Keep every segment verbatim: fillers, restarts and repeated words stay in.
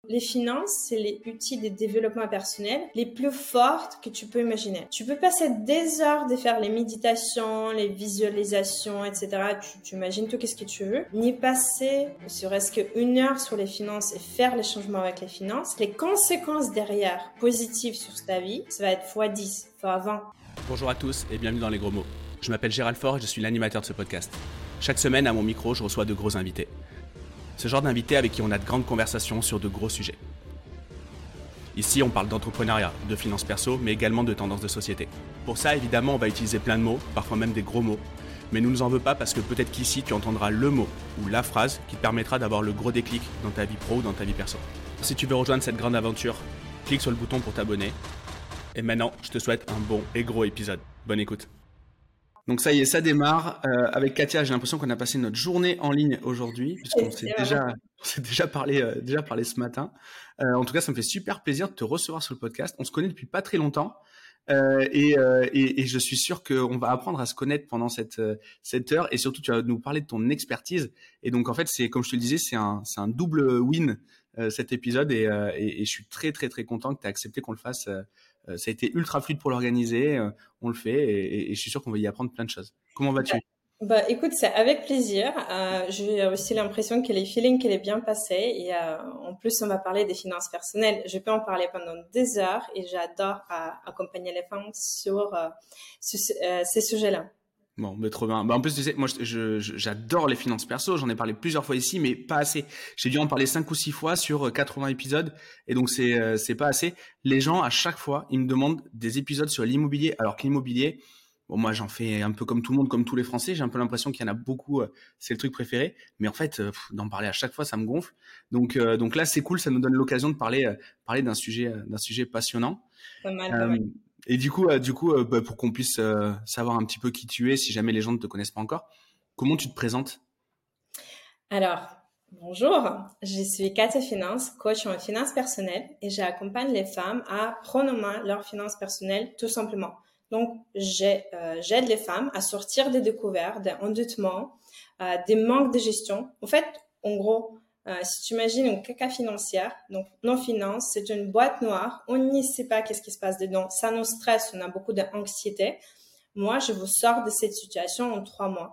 les finances, c'est les outils de développement personnel les plus fortes que tu peux imaginer. Tu peux passer des heures de faire les méditations, les visualisations, et cetera. Tu, tu imagines tout ce que tu veux. Ni passer, ne serait-ce qu'une heure sur les finances et faire les changements avec les finances. Les conséquences derrière, positives sur ta vie, ça va être fois dix, fois vingt. Bonjour à tous et bienvenue dans Les Gros Mots. Je m'appelle Gérald Faure et je suis l'animateur de ce podcast. Chaque semaine, à mon micro, je reçois de gros invités. Ce genre d'invités avec qui on a de grandes conversations sur de gros sujets. Ici, on parle d'entrepreneuriat, de finances perso, mais également de tendances de société. Pour ça, évidemment, on va utiliser plein de mots, parfois même des gros mots. Mais ne nous en veux pas parce que peut-être qu'ici, tu entendras le mot ou la phrase qui te permettra d'avoir le gros déclic dans ta vie pro ou dans ta vie perso. Si tu veux rejoindre cette grande aventure, clique sur le bouton pour t'abonner. Et maintenant, je te souhaite un bon et gros épisode. Bonne écoute. Donc ça y est, ça démarre. Euh, avec Katia, j'ai l'impression qu'on a passé notre journée en ligne aujourd'hui, puisqu'on s'est déjà, on s'est déjà parlé, euh, déjà parlé ce matin. Euh, en tout cas, ça me fait super plaisir de te recevoir sur le podcast. On se connaît depuis pas très longtemps, euh, et, euh, et, et je suis sûr qu'on va apprendre à se connaître pendant cette euh, cette heure, et surtout tu vas nous parler de ton expertise. Et donc en fait, c'est comme je te le disais, c'est un c'est un double win euh, cet épisode, et, euh, et, et je suis très très très content que tu aies accepté qu'on le fasse. Euh, Ça a été ultra fluide pour l'organiser, euh, on le fait et, et je suis sûr qu'on va y apprendre plein de choses. Comment vas-tu ? Bah, écoute, c'est avec plaisir. Euh, j'ai aussi l'impression que les feelings qu'elle est bien passée et euh, en plus on va parler des finances personnelles. Je peux en parler pendant des heures et j'adore euh, accompagner les femmes sur, euh, sur euh, ces sujets-là. Bon, mais trop bien. Bah, en plus, tu sais, moi, je, je, j'adore les finances perso. J'en ai parlé plusieurs fois ici, mais pas assez. J'ai dû en parler cinq ou six fois sur quatre-vingts épisodes. Et donc, c'est, euh, c'est pas assez. Les gens, à chaque fois, ils me demandent des épisodes sur l'immobilier. Alors que l'immobilier, bon, moi, j'en fais un peu comme tout le monde, comme tous les Français. J'ai un peu l'impression qu'il y en a beaucoup. Euh, c'est le truc préféré. Mais en fait, euh, d'en parler à chaque fois, ça me gonfle. Donc, euh, donc là, c'est cool. Ça nous donne l'occasion de parler, euh, parler d'un sujet, euh, d'un sujet passionnant. Pas mal, pas mal. Euh, Et du coup, euh, du coup, euh, bah, pour qu'on puisse euh, savoir un petit peu qui tu es, si jamais les gens ne te connaissent pas encore, comment tu te présentes ? Alors, bonjour, je suis Katia Finance, coach en finances personnelles et j'accompagne les femmes à prendre en main leurs finances personnelles tout simplement. Donc, j'ai, euh, j'aide les femmes à sortir des découvertes, des endettements, euh, des manques de gestion. En fait, en gros, euh, si tu imagines une caca financière, donc non finance, c'est une boîte noire, on n'y sait pas qu'est-ce qui se passe dedans, ça nous stresse, on a beaucoup d'anxiété. Moi, je vous sors de cette situation en trois mois.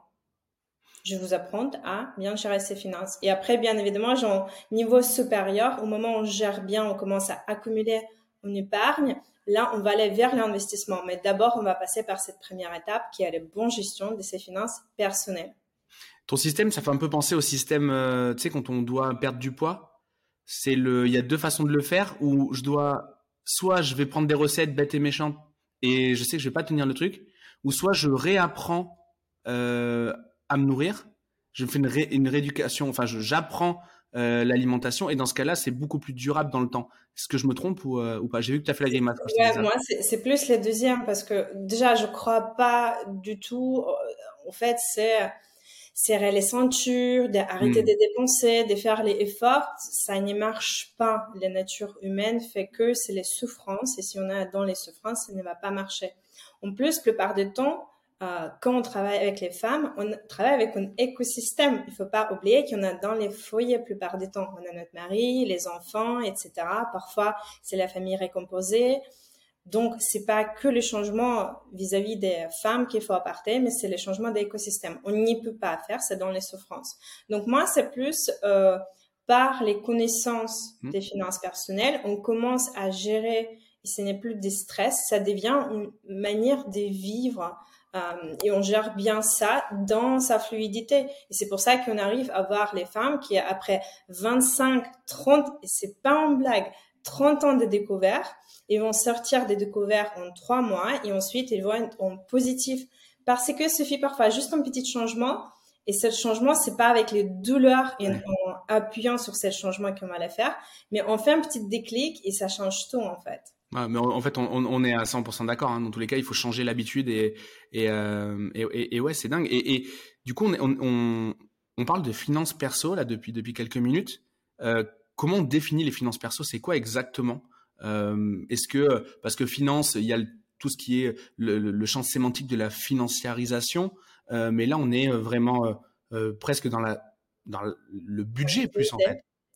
Je vais vous apprendre à bien gérer ses finances. Et après, bien évidemment, j'ai un niveau supérieur. Au moment où on gère bien, on commence à accumuler une épargne. Là, on va aller vers l'investissement. Mais d'abord, on va passer par cette première étape qui est la bonne gestion de ses finances personnelles. Ton système, ça fait un peu penser au système, euh, tu sais, quand on doit perdre du poids. C'est le, il y a deux façons de le faire où je dois, soit je vais prendre des recettes bêtes et méchantes et je sais que je vais pas tenir le truc, ou soit je réapprends euh, à me nourrir. Je fais une, ré, une rééducation, enfin, je, j'apprends euh, l'alimentation et dans ce cas-là, c'est beaucoup plus durable dans le temps. Est-ce que je me trompe ou, euh, ou pas ? J'ai vu que tu as fait la grimace. Quand je Ouais, te dis moi, c'est, c'est plus les deuxièmes parce que déjà, je crois pas du tout. En fait, c'est serrer les ceintures, d'arrêter mmh. de dépenser, de faire les efforts. Ça ne marche pas. La nature humaine fait que c'est les souffrances et si on est dans les souffrances, ça ne va pas marcher. En plus, la plupart du temps, Euh, quand on travaille avec les femmes, on travaille avec un écosystème. Il faut pas oublier qu'il y en a dans les foyers la plupart du temps. On a notre mari, les enfants, et cetera. Parfois, c'est la famille recomposée. Donc, c'est pas que le changement vis-à-vis des femmes qu'il faut apporter, mais c'est le changement d'écosystème. On n'y peut pas faire, c'est dans les souffrances. Donc, moi, c'est plus euh, par les connaissances des finances personnelles, on commence à gérer et ce n'est plus des stress, ça devient une manière de vivre. Euh, et on gère bien ça dans sa fluidité. Et c'est pour ça qu'on arrive à voir les femmes qui, après vingt-cinq, trente, et c'est pas en blague, trente ans de découvert, ils vont sortir des découvertes en trois mois et ensuite ils vont être en positif. Parce que suffit parfois juste un petit changement et ce changement, c'est pas avec les douleurs et en, en appuyant sur ce changement qu'on va le faire, mais on fait un petit déclic et ça change tout en fait. Ouais, mais en fait, on, on est à cent pour cent d'accord. Hein. Dans tous les cas, il faut changer l'habitude et et, euh, et, et, et ouais, c'est dingue. Et, et du coup, on, on, on parle de finances perso là depuis depuis quelques minutes. Euh, comment on définit les finances perso ? C'est quoi exactement ? euh, Est-ce que parce que finance, il y a le, tout ce qui est le, le, le champ sémantique de la financiarisation, euh, mais là, on est vraiment euh, euh, presque dans la dans le budget plus en fait.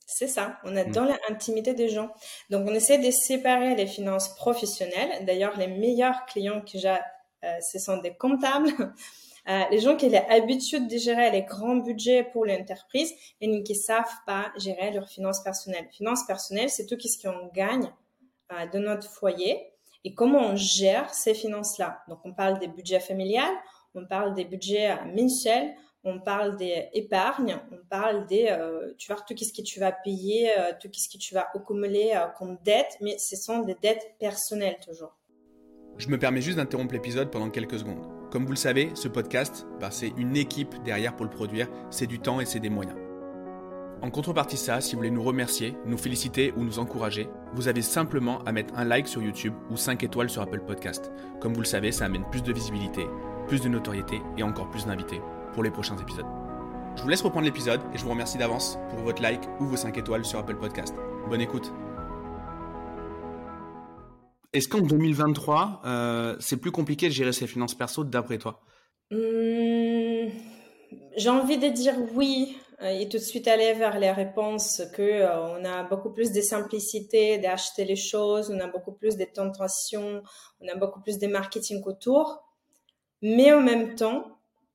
C'est ça, on est Mm. dans l'intimité des gens. Donc, on essaie de séparer les finances professionnelles. D'ailleurs, les meilleurs clients que j'ai, euh, ce sont des comptables, euh, les gens qui ont l'habitude de gérer les grands budgets pour l'entreprise, mais qui ne savent pas gérer leurs finances personnelles. Finances personnelles, c'est tout ce qu'on gagne euh, de notre foyer et comment on gère ces finances-là. Donc, on parle des budgets familiales, on parle des budgets euh, mensuels, on parle des épargnes, on parle des, euh, tu vois, tout ce que tu vas payer, euh, tout ce que tu vas accumuler euh, comme dette, mais ce sont des dettes personnelles toujours. Je me permets juste d'interrompre l'épisode pendant quelques secondes. Comme vous le savez, ce podcast, bah, c'est une équipe derrière pour le produire, c'est du temps et c'est des moyens. En contrepartie de ça, si vous voulez nous remercier, nous féliciter ou nous encourager, vous avez simplement à mettre un like sur YouTube ou cinq étoiles sur Apple Podcast. Comme vous le savez, ça amène plus de visibilité, plus de notoriété et encore plus d'invités pour les prochains épisodes. Je vous laisse reprendre l'épisode et je vous remercie d'avance pour votre like ou vos cinq étoiles sur Apple Podcast. Bonne écoute. Est-ce qu'en deux mille vingt-trois, euh, c'est plus compliqué de gérer ses finances perso d'après toi? Hum, j'ai envie de dire oui euh, et tout de suite aller vers les réponses que euh, on a beaucoup plus de simplicité d'acheter les choses, on a beaucoup plus de tentations, on a beaucoup plus de marketing autour, mais en même temps,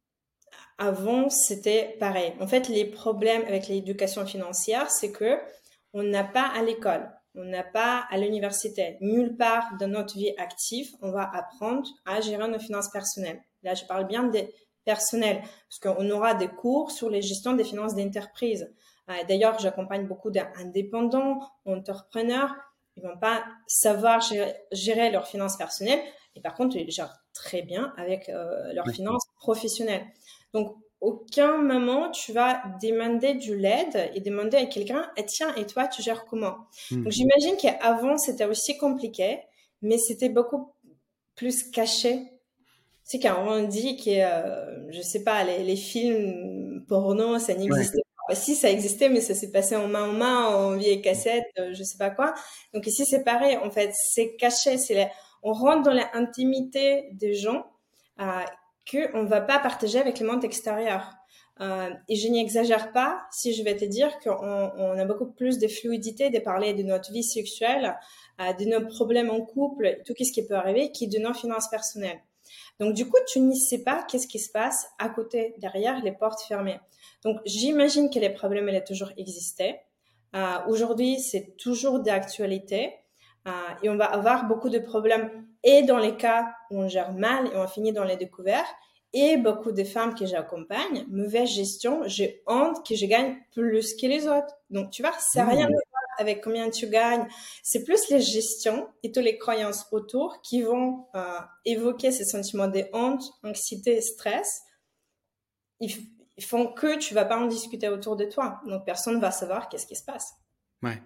avant, c'était pareil. En fait, les problèmes avec l'éducation financière, c'est que on n'a pas à l'école, on n'a pas à l'université, nulle part dans notre vie active, on va apprendre à gérer nos finances personnelles. Là, je parle bien des personnels, parce qu'on aura des cours sur les gestions des finances d'entreprise. Euh, D'ailleurs, j'accompagne beaucoup d'indépendants, entrepreneurs. Ils vont pas savoir gérer, gérer leurs finances personnelles, et par contre, ils gèrent très bien avec euh, leurs Oui. finances professionnelles. Donc, aucun moment, tu vas demander du l'aide et demander à quelqu'un, eh, tiens, et toi, tu gères comment? Mm. Donc, j'imagine qu'avant, c'était aussi compliqué, mais c'était beaucoup plus caché. C'est quand on dit que, euh, je sais pas, les, les films porno, ça n'existait pas. Si, ça existait, mais ça s'est passé en main en main, en vieille cassette, euh, je sais pas quoi. Donc ici, c'est pareil, en fait, c'est caché. C'est la- on rentre dans l'intimité des gens euh, qu'on ne va pas partager avec le monde extérieur. Euh, et je n'exagère pas si je vais te dire qu'on on a beaucoup plus de fluidité de parler de notre vie sexuelle, euh, de nos problèmes en couple, tout ce qui peut arriver, qui de nos finances personnelles. Donc, du coup, tu ne sais pas qu'est-ce qui se passe à côté, derrière les portes fermées. Donc, j'imagine que les problèmes, elles ont toujours existé. Euh, aujourd'hui, c'est toujours d'actualité. Euh, et on va avoir beaucoup de problèmes et dans les cas où on gère mal et on finit dans les découvertes. Et beaucoup de femmes que j'accompagne, mauvaise gestion, j'ai honte que je gagne plus que les autres. Donc, tu vois, c'est Mmh. rien à voir avec combien tu gagnes. C'est plus les gestions et toutes les croyances autour qui vont euh, évoquer ces sentiments de honte, anxiété, stress. Ils, ils font que tu vas pas en discuter autour de toi. Donc, personne va savoir qu'est-ce qui se passe. Ouais.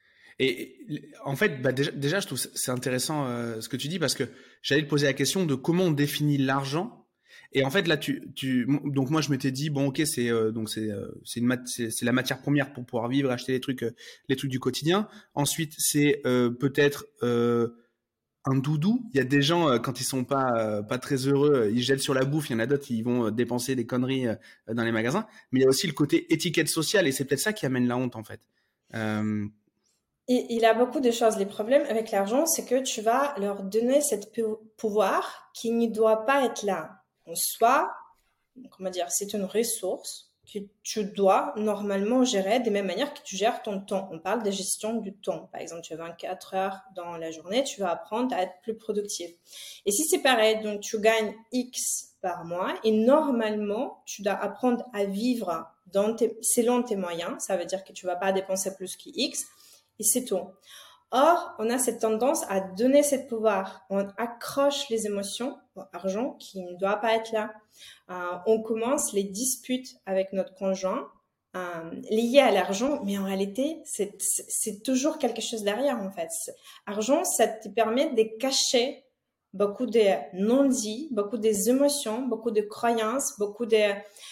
Et et, en fait, bah déjà, déjà, je trouve que c'est intéressant euh, ce que tu dis parce que j'allais te poser la question de comment on définit l'argent. Et en fait, là, tu, tu, donc moi, je m'étais dit bon, ok, c'est euh, donc c'est euh, c'est une mat- c'est c'est la matière première pour pouvoir vivre, acheter les trucs, euh, les trucs du quotidien. Ensuite, c'est euh, peut-être euh, un doudou. Il y a des gens euh, quand ils sont pas euh, pas très heureux, euh, ils jettent sur la bouffe. Il y en a d'autres, ils vont euh, dépenser des conneries euh, dans les magasins. Mais il y a aussi le côté étiquette sociale et c'est peut-être ça qui amène la honte en fait. Euh, Et il a beaucoup de choses. Les problèmes avec l'argent, c'est que tu vas leur donner cet pou- pouvoir qui ne doit pas être là. En soi, comment dire, c'est une ressource que tu dois normalement gérer de la même manière que tu gères ton temps. On parle de gestion du temps. Par exemple, tu as vingt-quatre heures dans la journée, tu vas apprendre à être plus productif. Et si c'est pareil, donc tu gagnes X par mois et normalement, tu dois apprendre à vivre dans tes, selon tes moyens. Ça veut dire que tu vas pas dépenser plus que X et c'est tout. Or, on a cette tendance à donner ce pouvoir. On accroche les émotions au argent qui ne doit pas être là. Euh, on commence les disputes avec notre conjoint euh, liées à l'argent, mais en réalité, c'est, c'est toujours quelque chose derrière, en fait. Argent, ça te permet de cacher beaucoup de non-dits, beaucoup des émotions, beaucoup de croyances, beaucoup de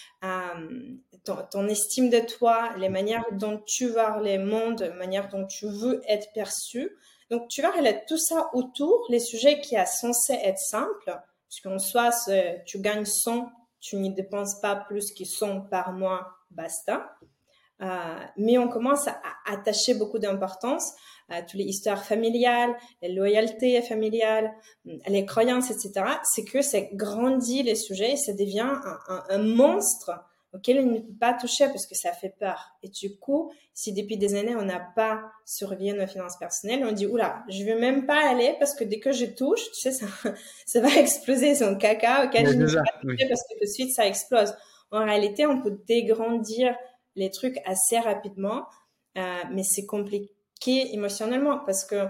euh, ton, ton estime de toi, les manières dont tu vois les mondes, la manière dont tu veux être perçu. Donc, tu vas relater tout ça autour, les sujets qui sont censés être simples, puisqu'en soi, tu gagnes cent, tu n'y dépenses pas plus que cent par mois, basta. Euh, mais on commence à, à attacher beaucoup d'importance à toutes les histoires familiales, les loyautés familiales, les croyances, et cetera. C'est que ça grandit les sujets et ça devient un, un, un monstre auquel on ne peut pas toucher parce que ça fait peur. Et du coup, si depuis des années, on n'a pas surveillé nos finances personnelles, on dit, oula, je vais même pas aller parce que dès que je touche, tu sais, ça, ça va exploser, c'est un caca auquel Ouais, je ne c'est peux ça, pas toucher oui. parce que tout de suite, ça explose. En réalité, on peut dégrandir les trucs assez rapidement, euh, mais c'est compliqué émotionnellement parce que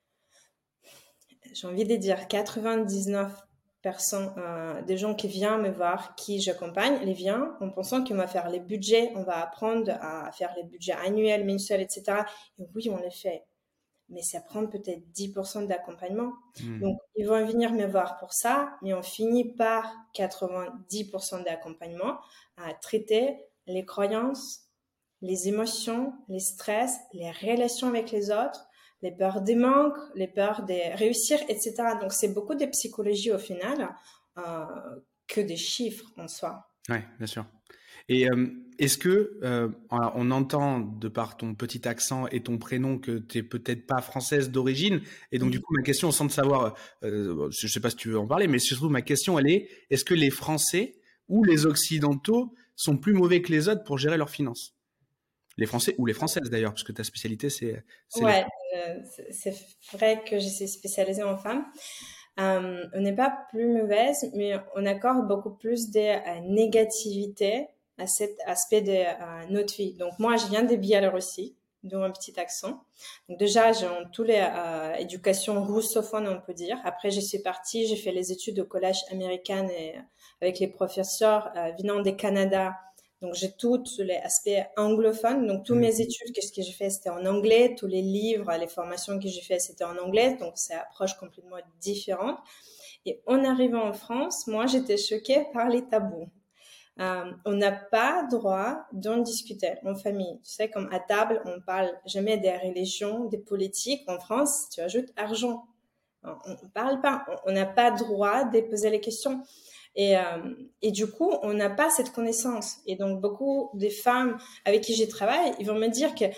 j'ai envie de dire quatre-vingt-dix-neuf pour cent euh, des gens qui viennent me voir, qui j'accompagne, les viennent en pensant qu'on va faire les budgets, on va apprendre à faire les budgets annuels, mensuels, et cetera. Et oui, on les fait, mais ça prend peut-être dix pour cent d'accompagnement. Mmh. Donc, ils vont venir me voir pour ça, mais on finit par quatre-vingt-dix pour cent d'accompagnement à traiter les croyances, les émotions, les stress, les relations avec les autres, les peurs des manques, les peurs de réussir, et cetera. Donc, c'est beaucoup de psychologie au final euh, que des chiffres en soi. Oui, bien sûr. Et euh, est-ce que euh, on entend de par ton petit accent et ton prénom que tu n'es peut-être pas française d'origine, et donc du coup ma question, sans te savoir, euh, je ne sais pas si tu veux en parler, mais surtout ma question elle est, est-ce que les Français ou les Occidentaux sont plus mauvais que les autres pour gérer leurs finances? Les Français ou les Françaises d'ailleurs, parce que ta spécialité c'est c'est les... Ouais, euh, c'est vrai que je suis spécialisée en femmes. Euh, on n'est pas plus mauvaise, mais on accorde beaucoup plus de euh, négativité à cet aspect de euh, notre vie. Donc moi, je viens de Biélorussie, d'où un petit accent. Donc déjà, j'ai en tous les euh, éducations russophones, on peut dire. Après, je suis partie, j'ai fait les études au collège américain et, euh, avec les professeurs euh, venant du Canada. Donc j'ai tous les aspects anglophones. Donc toutes Mmh. mes études, qu'est-ce que j'ai fait, c'était en anglais. Tous les livres, les formations que j'ai fait, c'était en anglais. Donc c'est une approche complètement différente. Et en arrivant en France, moi, j'étais choquée par les tabous. Euh, on n'a pas droit d'en discuter en famille. Tu sais, comme à table, on parle jamais des religions, des politiques. En France, tu ajoutes argent. On ne parle pas. On n'a pas droit de poser les questions. Et, euh, et du coup, on n'a pas cette connaissance. Et donc, beaucoup des femmes avec qui je travaille, ils vont me dire que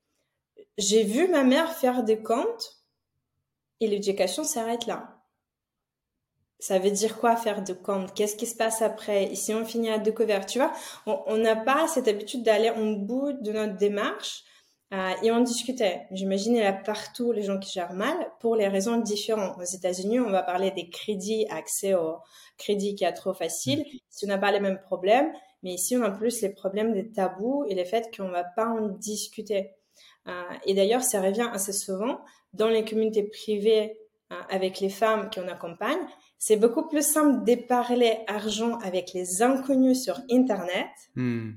j'ai vu ma mère faire des comptes et l'éducation s'arrête là. Ça veut dire quoi faire de compte? Qu'est-ce qui se passe après? Et si on finit à découvert, tu vois, on n'a pas cette habitude d'aller au bout de notre démarche euh, et on discutait. J'imagine il y a partout les gens qui gèrent mal pour les raisons différentes. Aux États-Unis, on va parler des crédits, accès au crédit qui est trop facile. Si on n'a pas les mêmes problèmes, mais ici on a plus les problèmes des tabous et le fait qu'on ne va pas en discuter. Euh, et d'ailleurs, ça revient assez souvent dans les communautés privées euh, avec les femmes qu'on accompagne. C'est beaucoup plus simple de parler argent avec les inconnus sur Internet mmh.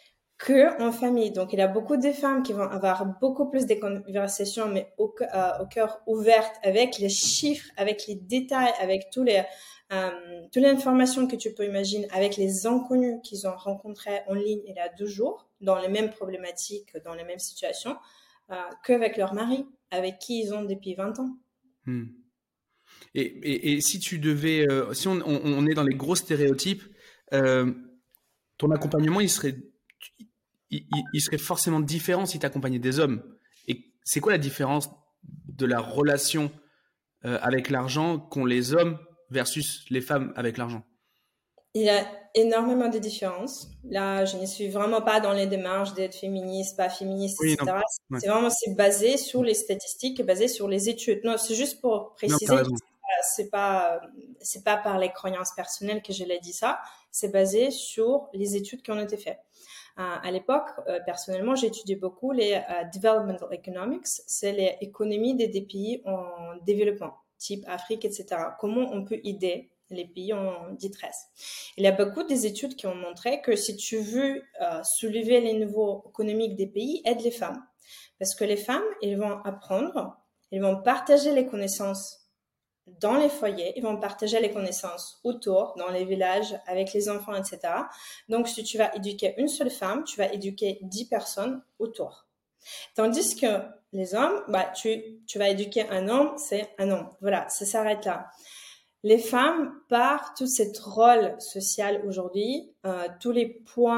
que en famille. Donc, il y a beaucoup de femmes qui vont avoir beaucoup plus de conversations, mais au, euh, au cœur ouvert, avec les chiffres, avec les détails, avec tous les, euh, toutes les informations que tu peux imaginer, avec les inconnus qu'ils ont rencontrés en ligne il y a deux jours, dans les mêmes problématiques, dans les mêmes situations, euh, qu'avec leur mari, avec qui ils ont depuis vingt ans. Mmh. Et, et, et si tu devais, euh, si on, on, on est dans les gros stéréotypes, euh, ton accompagnement, il serait, il, il serait forcément différent si tu accompagnais des hommes. Et c'est quoi la différence de la relation euh, avec l'argent qu'ont les hommes versus les femmes avec l'argent? Il y a énormément de différences. Là, je ne suis vraiment pas dans les démarches d'être féministe, pas féministe, oui, et cetera. Ouais. C'est vraiment c'est basé sur les statistiques, basé sur les études. Non, c'est juste pour préciser. Non, c'est pas, c'est pas par les croyances personnelles que je l'ai dit ça. C'est basé sur les études qui ont été faites. Euh, à l'époque, euh, personnellement, j'ai étudié beaucoup les euh, developmental economics. C'est les économies des, des pays en développement, type Afrique, et cetera. Comment on peut aider les pays en détresse. Il y a beaucoup des études qui ont montré que si tu veux euh, soulever les niveaux économiques des pays, aide les femmes. Parce que les femmes, elles vont apprendre, elles vont partager les connaissances dans les foyers, ils vont partager les connaissances autour, dans les villages, avec les enfants, et cetera. Donc, si tu vas éduquer une seule femme, tu vas éduquer dix personnes autour. Tandis que les hommes, bah, tu, tu vas éduquer un homme, c'est un homme. Voilà, ça s'arrête là. Les femmes, par tout ce rôle social aujourd'hui, euh, tous les points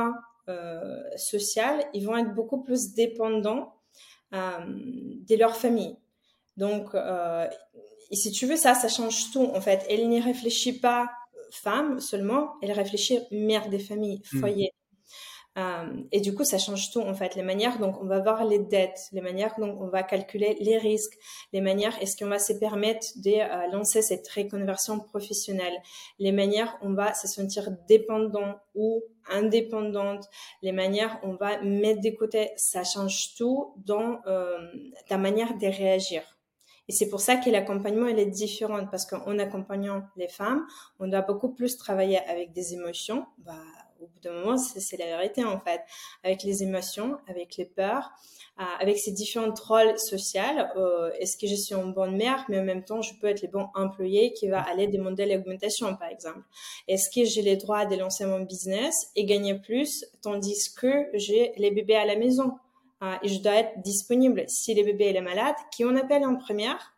euh, social, ils vont être beaucoup plus dépendants euh, de leur famille. Donc, euh, et si tu veux, ça, ça change tout, en fait. Elle n'y réfléchit pas femme seulement, elle réfléchit mère des familles, foyer. Mmh. Euh, et du coup, ça change tout, en fait. Les manières dont on va voir les dettes, les manières dont on va calculer les risques, les manières, est-ce qu'on va se permettre de euh, lancer cette reconversion professionnelle, les manières on va se sentir dépendant ou indépendante, les manières on va mettre de côté, ça change tout dans euh, ta manière de réagir. Et c'est pour ça que l'accompagnement, il est différent, parce qu'en accompagnant les femmes, on doit beaucoup plus travailler avec des émotions. Bah, au bout d'un moment, c'est, c'est la vérité, en fait. Avec les émotions, avec les peurs, euh, avec ces différents rôles sociaux. Euh, est-ce que je suis une bonne mère, mais en même temps, je peux être le bon employé qui va aller demander l'augmentation, par exemple. Est-ce que j'ai les droits de lancer mon business et gagner plus, tandis que j'ai les bébés à la maison? Uh, et je dois être disponible. Si le bébé est malade, qui on appelle en première?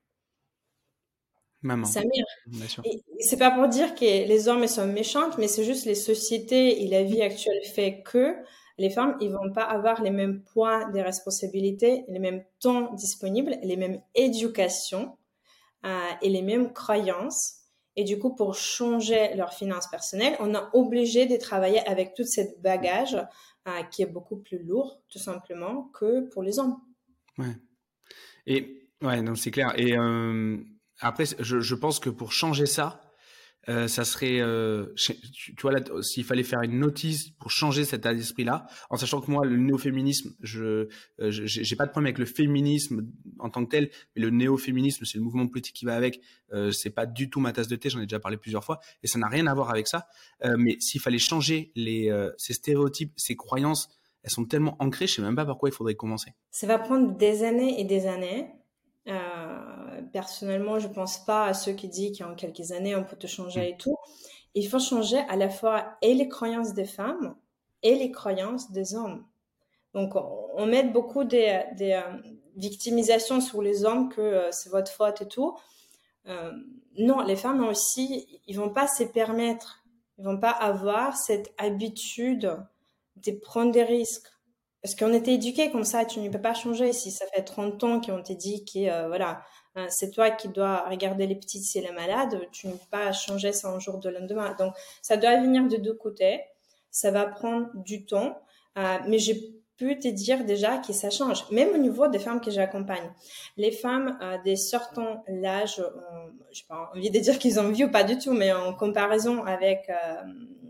Maman. Sa mère. Bien sûr. Et c'est pas pour dire que les hommes sont méchants, mais c'est juste les sociétés et la vie actuelle fait que les femmes, ils vont pas avoir les mêmes poids de responsabilités, les mêmes temps disponibles, les mêmes éducations uh, et les mêmes croyances. Et du coup, pour changer leurs finances personnelles, on est obligé de travailler avec toute cette bagage euh, qui est beaucoup plus lourd, tout simplement, que pour les hommes. Ouais. Et ouais, donc c'est clair. Et euh, après, je, je pense que pour changer ça, euh, ça serait, euh, tu, tu vois là, s'il fallait faire une notice pour changer cet état d'esprit-là, en sachant que moi, le néo-féminisme, je, euh, j'ai pas de problème avec le féminisme en tant que tel, mais le néo-féminisme, c'est le mouvement politique qui va avec. Euh, c'est pas du tout ma tasse de thé. J'en ai déjà parlé plusieurs fois, et ça n'a rien à voir avec ça. Euh, mais s'il fallait changer les, euh, ces stéréotypes, ces croyances, elles sont tellement ancrées, je sais même pas par quoi il faudrait commencer. Ça va prendre des années et des années. Euh, personnellement, je pense pas à ceux qui disent qu'en quelques années, on peut tout changer mmh. et tout. Il faut changer à la fois et les croyances des femmes et les croyances des hommes. Donc, on, on met beaucoup des, des euh, victimisations sur les hommes, que euh, c'est votre faute et tout. Euh, non, les femmes aussi, ils vont pas se permettre, ils vont pas avoir cette habitude de prendre des risques. Parce qu'on était éduqués comme ça, tu ne peux pas changer. Si ça fait trente ans qu'on t'a dit que euh, voilà, hein, c'est toi qui dois regarder les petites si elle est malade, tu ne peux pas changer ça un jour de lendemain. Donc, ça doit venir de deux côtés. Ça va prendre du temps. Euh, mais j'ai pu te dire déjà que ça change. Même au niveau des femmes que j'accompagne. Les femmes euh, de certains âges, je n'ai pas envie de dire qu'ils ont vu ou pas du tout, mais en comparaison avec... Euh,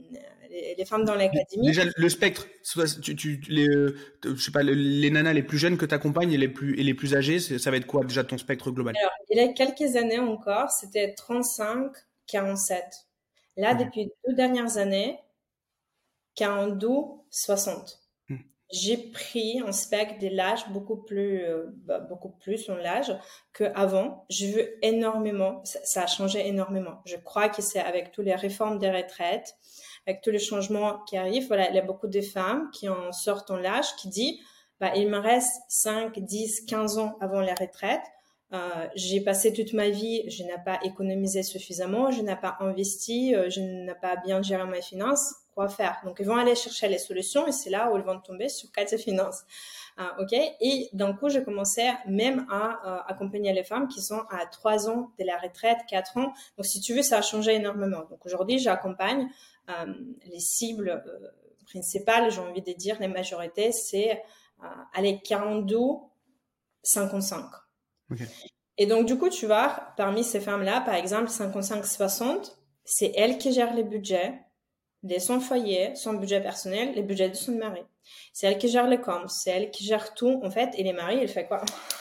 Les, les femmes dans l'académie. Déjà, le spectre, tu, tu, les, je sais pas, les nanas les plus jeunes que tu accompagnes et les plus, et les plus âgées, ça va être quoi déjà ton spectre global? Alors, il y a quelques années encore, c'était trente-cinq à quarante-sept. Là, mmh. depuis les deux dernières années, quarante-deux à soixante. Mmh. J'ai pris un spectre de l'âge beaucoup plus, euh, bah, beaucoup plus en l'âge qu'avant. J'ai vu énormément, ça, ça a changé énormément. Je crois que c'est avec toutes les réformes des retraites, avec tous les changements qui arrivent, voilà, il y a beaucoup de femmes qui en sortent en l'âge, qui disent, bah, il me reste cinq, dix, quinze ans avant la retraite. Euh, j'ai passé toute ma vie, je n'ai pas économisé suffisamment, je n'ai pas investi, euh, je n'ai pas bien géré mes finances. Quoi faire? Donc, ils vont aller chercher les solutions et c'est là où ils vont tomber sur quatre finances. Euh, ok. Et d'un coup, j'ai commencé même à euh, accompagner les femmes qui sont à trois ans de la retraite, quatre ans. Donc, si tu veux, ça a changé énormément. Donc, aujourd'hui, j'accompagne euh, les cibles euh, principales, j'ai envie de dire, les majorités, c'est euh, allez, quarante-deux à cinquante-cinq. Okay. Et donc, du coup, tu vois, parmi ces femmes-là, par exemple, cinquante-cinq à soixante, c'est elles qui gèrent les budgets de son foyer, son budget personnel, les budgets de son mari. C'est elle qui gère les comptes, c'est elle qui gère tout, en fait, et les maris, elle fait quoi?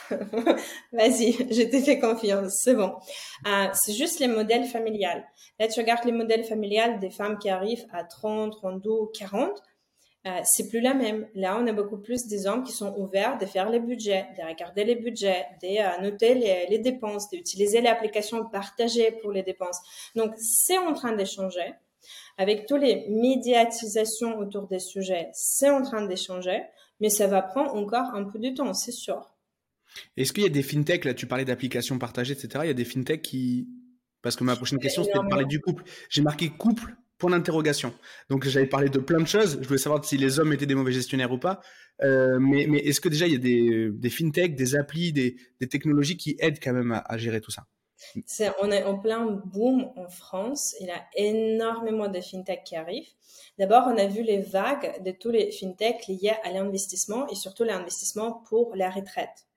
Vas-y, je t'ai fait confiance, c'est bon. Euh, c'est juste les modèles familiales. Là, tu regardes les modèles familiales des femmes qui arrivent à trente, trente-deux, quarante, euh, c'est plus la même. Là, on a beaucoup plus des hommes qui sont ouverts de faire les budgets, de regarder les budgets, de euh, noter les, les dépenses, d'utiliser les applications partagées pour les dépenses. Donc, c'est en train de changer. Avec toutes les médiatisations autour des sujets, c'est en train d'échanger, mais ça va prendre encore un peu de temps, c'est sûr. Est-ce qu'il y a des fintechs, là tu parlais d'applications partagées, et cetera. Il y a des fintechs qui... Parce que ma prochaine question, c'était de parler du couple. J'ai marqué couple point d'interrogation. Donc, j'avais parlé de plein de choses. Je voulais savoir si les hommes étaient des mauvais gestionnaires ou pas. Euh, mais, mais est-ce que déjà, il y a des, des fintechs, des applis, des, des technologies qui aident quand même à, à gérer tout ça? C'est, on est en plein boom en France. Il y a énormément de fintechs qui arrivent. D'abord, on a vu les vagues de tous les fintechs liés à l'investissement et surtout l'investissement pour la retraite.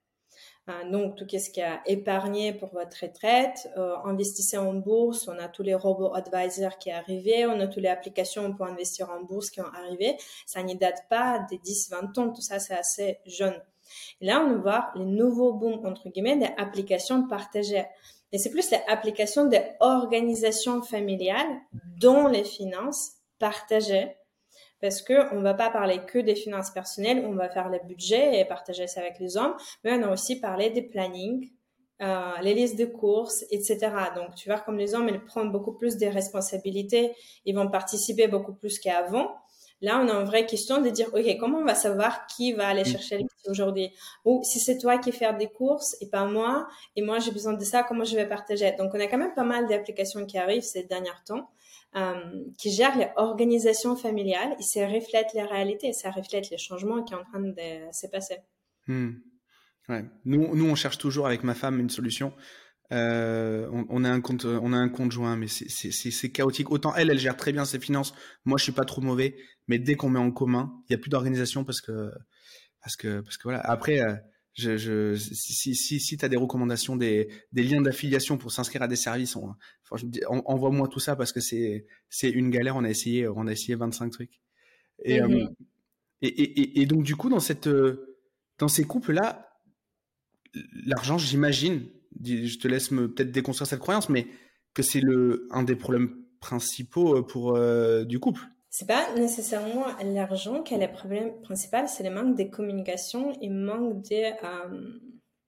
Donc, tout ce qui a épargné pour votre retraite, euh, investissez en bourse, on a tous les robots advisors qui sont arrivés, on a toutes les applications pour investir en bourse qui ont arrivé. Ça n'y date pas des dix vingt ans, tout ça, c'est assez jeune. Et là, on va voir les nouveaux booms, entre guillemets, des applications partagées. Et c'est plus les applications des organisations familiales dont les finances partagées. Parce que on va pas parler que des finances personnelles, on va faire les budgets et partager ça avec les hommes, mais on a aussi parlé des plannings, euh, les listes de courses, et cetera. Donc, tu vois, comme les hommes, ils prennent beaucoup plus de responsabilités, ils vont participer beaucoup plus qu'avant. Là, on a une vraie question de dire, OK, comment on va savoir qui va aller chercher les petits aujourd'hui? Ou si c'est toi qui fais des courses et pas moi, et moi j'ai besoin de ça, comment je vais partager? Donc, on a quand même pas mal d'applications qui arrivent ces derniers temps. Euh, qui gère les organisations familiales et ça reflète les réalités, ça reflète les changements qui sont en train de se passer. Hmm. Ouais. Nous, nous, on cherche toujours avec ma femme une solution. Euh, on, on a un compte, on a un compte joint, mais c'est, c'est, c'est, c'est chaotique. Autant elle, elle gère très bien ses finances. Moi, je suis pas trop mauvais, mais dès qu'on met en commun, il y a plus d'organisation parce que, parce que, parce que voilà. Après, euh, je, je, si, si, si, si t'as des recommandations, des, des liens d'affiliation pour s'inscrire à des services, on, enfin, on, envoie-moi tout ça parce que c'est, c'est une galère. On a essayé, on a essayé vingt-cinq trucs. Et, Mm-hmm. euh, et, et, et donc du coup, dans cette, dans ces couples-là, l'argent, j'imagine, je te laisse me peut-être déconstruire cette croyance, mais que c'est le un des problèmes principaux pour euh, du couple. C'est pas nécessairement l'argent qui est le problème principal, c'est le manque de communication et manque de euh,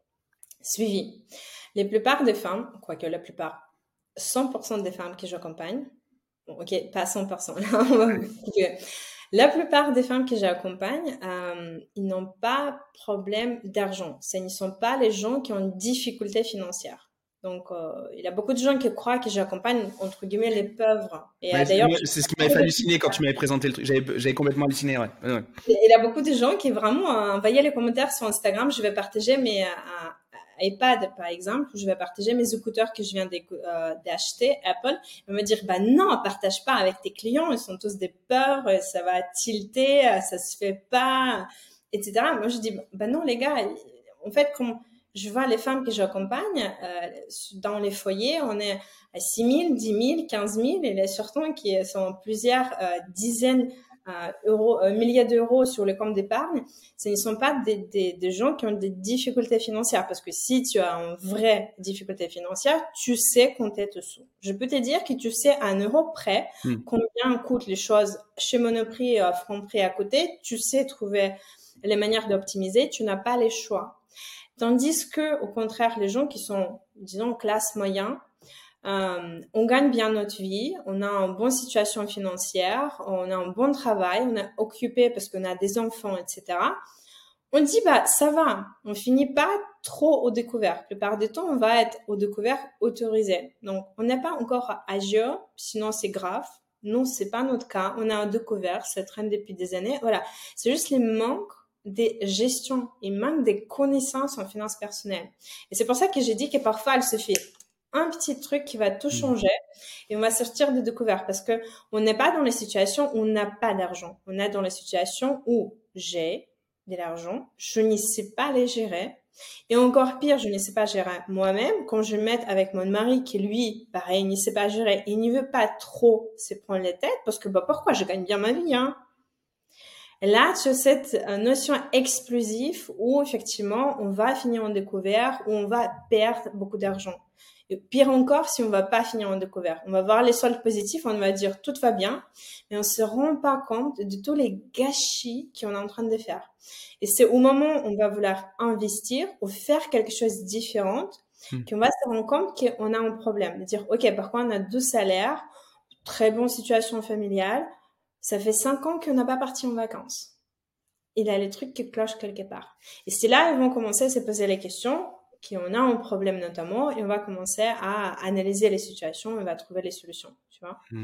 suivi. La plupart des femmes, quoique la plupart, cent pour cent des femmes que j'accompagne, bon, ok, pas cent pour cent, là, on va couper. La plupart des femmes que j'accompagne, euh, ils n'ont pas problème d'argent. Ce ne sont pas les gens qui ont une difficulté financière. Donc, euh, il y a beaucoup de gens qui croient que j'accompagne, entre guillemets, les pauvres. Et ouais, euh, d'ailleurs, c'est ce qui m'avait fait halluciner quand tu m'avais présenté le truc. J'avais, j'avais complètement halluciné, ouais. ouais. Il y a beaucoup de gens qui vraiment euh, envoyaient les commentaires sur Instagram. Je vais partager mes euh, iPad, par exemple, où je vais partager mes écouteurs que je viens euh, d'acheter, Apple. Ils vont me dire, bah non, partage pas avec tes clients, ils sont tous des peurs, ça va tilter, ça se fait pas, et cetera. Moi, je dis, bah non, les gars, en fait, comme je vois les femmes que j'accompagne euh, dans les foyers, on est à six mille, dix mille, quinze mille, et les sortants qui sont plusieurs euh, dizaines Euh, euros, euh, milliers d'euros sur le compte d'épargne, ce ne sont pas des, des, des gens qui ont des difficultés financières. Parce que si tu as une vraie difficulté financière, tu sais compter tes sous. Je peux te dire que tu sais à un euro près mmh. combien coûtent les choses chez Monoprix, euh, Franprix à côté. Tu sais trouver les manières d'optimiser. Tu n'as pas les choix. Tandis que, au contraire, les gens qui sont, disons, classe moyenne, Euh, on gagne bien notre vie, on a une bonne situation financière, on a un bon travail, on est occupé parce qu'on a des enfants, et cetera. On dit, bah, ça va, on finit pas trop au découvert. La plupart du temps, on va être au découvert autorisé. Donc, on n'est pas encore âgé, sinon c'est grave. Non, c'est pas notre cas. On a un découvert, ça traîne depuis des années. Voilà. C'est juste les manques des gestions, il manque des connaissances en finances personnelles. Et c'est pour ça que j'ai dit que parfois, elle se fait un petit truc qui va tout changer et on va sortir de découvert parce que on n'est pas dans les situations où on n'a pas d'argent. On est dans les situations où j'ai de l'argent, je ne sais pas les gérer et encore pire, je ne sais pas gérer moi-même quand je me mets avec mon mari qui lui, pareil, il ne sait pas gérer et il ne veut pas trop se prendre les têtes parce que bah pourquoi je gagne bien ma vie, hein. Et là, tu as cette notion explosive où effectivement, on va finir en découvert, où on va perdre beaucoup d'argent. Et pire encore, si on va pas finir en découvert. On va voir les soldes positifs, on va dire tout va bien, mais on se rend pas compte de tous les gâchis qu'on est en train de faire. Et c'est au moment où on va vouloir investir ou faire quelque chose de différent mmh. qu'on va se rendre compte qu'on a un problème. De dire, OK, par contre, on a deux salaires, très bonne situation familiale, ça fait cinq ans qu'on n'a pas parti en vacances. Il y a les trucs qui clochent quelque part. Et c'est là qu'ils vont commencer à se poser les questions, qu'on a un problème notamment, et on va commencer à analyser les situations, et on va trouver les solutions, tu vois. Mmh.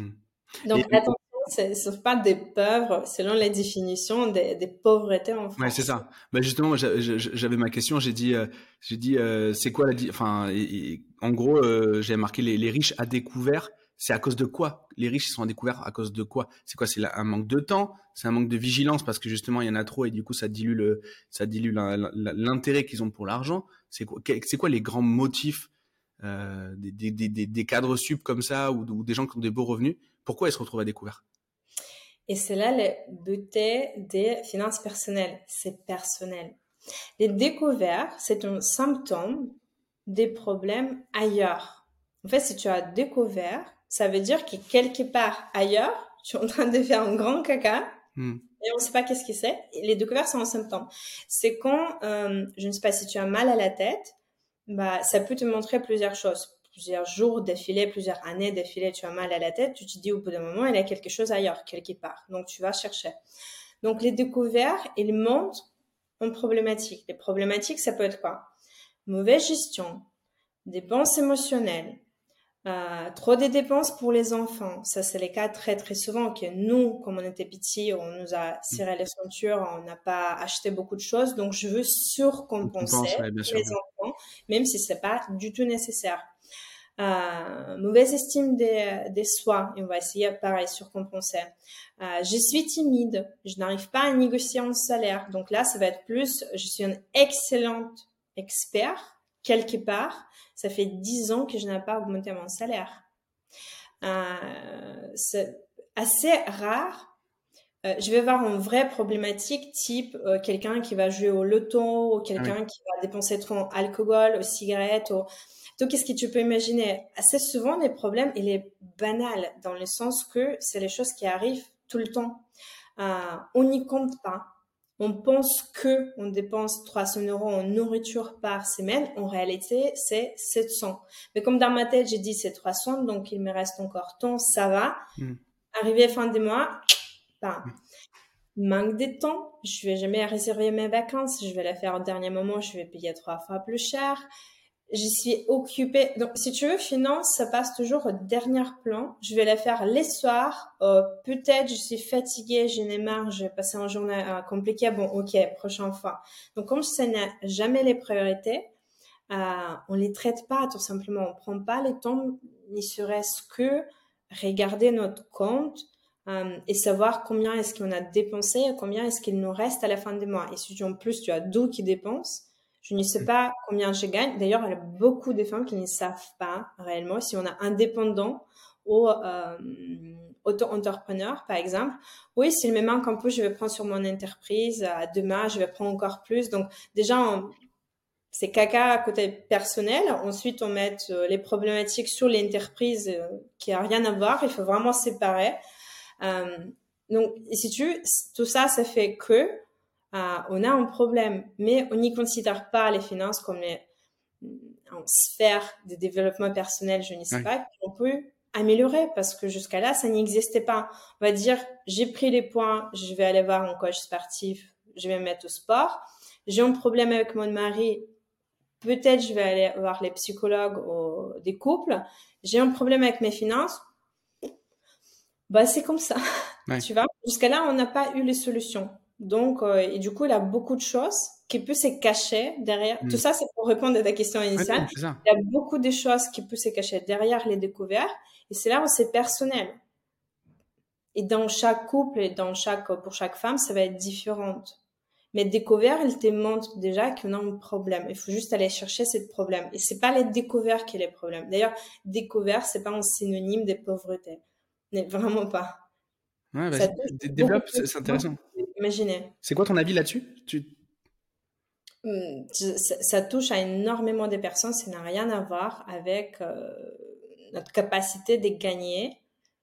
Donc, Et attention, ce ne sont pas des pauvres, selon la définition des, des pauvretés en ouais, c'est France. ça. Bah justement, j'a- j'a- j'avais ma question. J'ai dit, euh, j'ai dit, euh, c'est quoi la, di- enfin, et- et en gros, euh, j'avais marqué les, les riches à découvert. C'est à cause de quoi? Les riches ils sont à découvert à cause de quoi? C'est quoi? C'est la- un manque de temps? C'est un manque de vigilance parce que justement il y en a trop et du coup ça dilue le, ça dilue la- la- l'intérêt qu'ils ont pour l'argent. C'est quoi, que- c'est quoi les grands motifs euh, des, des, des, des- des cadres sup comme ça ou, ou des gens qui ont des beaux revenus? Pourquoi ils se retrouvent à découvert? Et c'est là le but des finances personnelles. C'est personnel. Les découvertes, c'est un symptôme des problèmes ailleurs. En fait, si tu as découvert, ça veut dire que quelque part ailleurs, tu es en train de faire un grand caca Hmm. et on ne sait pas qu'est-ce que c'est. Les découvertes sont un symptôme. C'est quand, euh, je ne sais pas, si tu as mal à la tête, bah, ça peut te montrer plusieurs choses. Plusieurs jours d'affilée, plusieurs années d'affilée, tu as mal à la tête, tu te dis au bout d'un moment, il y a quelque chose ailleurs, quelque part. Donc, tu vas chercher. Donc, les découvertes, ils montrent une problématique. Les problématiques, ça peut être quoi? Mauvaise gestion, dépenses émotionnelles, euh, trop de dépenses pour les enfants. Ça, c'est les cas très, très souvent que nous, comme on était petits, on nous a serré les ceintures, on n'a pas acheté beaucoup de choses. Donc, je veux On surcompenser compense, ouais, bien pour sûr. les enfants, même si c'est pas du tout nécessaire. Euh, mauvaise estime des, des soi, et on va essayer pareil surcompenser. Euh, je suis timide, je n'arrive pas à négocier un salaire, donc là ça va être plus, je suis une excellente expert quelque part, ça fait dix ans que je n'ai pas augmenté mon salaire. Euh, c'est assez rare. Euh, je vais voir une vraie problématique type euh, quelqu'un qui va jouer au loto ou Ah oui. quelqu'un qui va dépenser trop en alcool, aux cigarettes, au... Donc, qu'est-ce que tu peux imaginer? Assez souvent, les problèmes, il est banal dans le sens que c'est les choses qui arrivent tout le temps. Euh, on n'y compte pas. On pense que on dépense trois cents euros en nourriture par semaine. En réalité, c'est sept cents. Mais comme dans ma tête, j'ai dit c'est trois cents, donc il me reste encore tant, ça va. Hmm. Arrivé fin du mois, ben, Hmm. manque de temps, je vais jamais réserver mes vacances, je vais les faire au dernier moment, je vais payer trois fois plus cher. J'y suis occupée. Donc, si tu veux, finance, ça passe toujours au dernier plan. Je vais les faire les soirs. Euh, peut-être je suis fatiguée, j'en ai marre, j'ai passé une journée euh, compliquée. Bon, ok, prochaine fois. Donc, comme ce n'est jamais les priorités, euh, on les traite pas, tout simplement. On prend pas le temps, ne serait-ce que regarder notre compte euh, et savoir combien est-ce qu'on a dépensé et combien est-ce qu'il nous reste à la fin du mois. Et si en plus tu as deux qui dépensent, je ne sais pas combien je gagne. D'ailleurs, il y a beaucoup de femmes qui ne savent pas réellement si on a indépendant ou euh, auto-entrepreneur, par exemple. Oui, s'il me manque un peu, je vais prendre sur mon entreprise. Euh, demain, je vais prendre encore plus. Donc, déjà, on, c'est caca à côté personnel. Ensuite, on met euh, les problématiques sur l'entreprise euh, qui a rien à voir. Il faut vraiment séparer. Euh, donc, si tu, tout ça, ça fait que euh, on a un problème, mais on n'y considère pas les finances comme les, en sphère de développement personnel, je ne sais Ouais. pas, qu'on peut améliorer parce que jusqu'à là, ça n'existait pas. On va dire, j'ai pris les points, je vais aller voir un coach sportif, je vais me mettre au sport. J'ai un problème avec mon mari, peut-être je vais aller voir les psychologues ou des couples. J'ai un problème avec mes finances, bah c'est comme ça, Ouais. tu vois. Jusqu'à là, on n'a pas eu les solutions. Donc, euh, et du coup, il y a beaucoup de choses qui peuvent se cacher derrière. Hmm. Tout ça, c'est pour répondre à ta question Ouais, initiale. non, c'est ça. Il y a beaucoup de choses qui peuvent se cacher derrière les découvertes. Et c'est là où c'est personnel. Et dans chaque couple et dans chaque, pour chaque femme, ça va être différent. Mais découvert, il te montre déjà qu'on a un problème. Il faut juste aller chercher ce problème. Et c'est pas les découvertes qui est le problème. D'ailleurs, découvert, c'est pas un synonyme de pauvreté. Mais vraiment pas. Ouais, Ça vas-y, touche d- beaucoup développe, plus c'est de c'est gens que intéressant. vous pouvez imaginer. C'est quoi ton avis là-dessus? Tu... Hum, Ça, ça touche à énormément de personnes. Ça n'a rien à voir avec euh, notre capacité de gagner.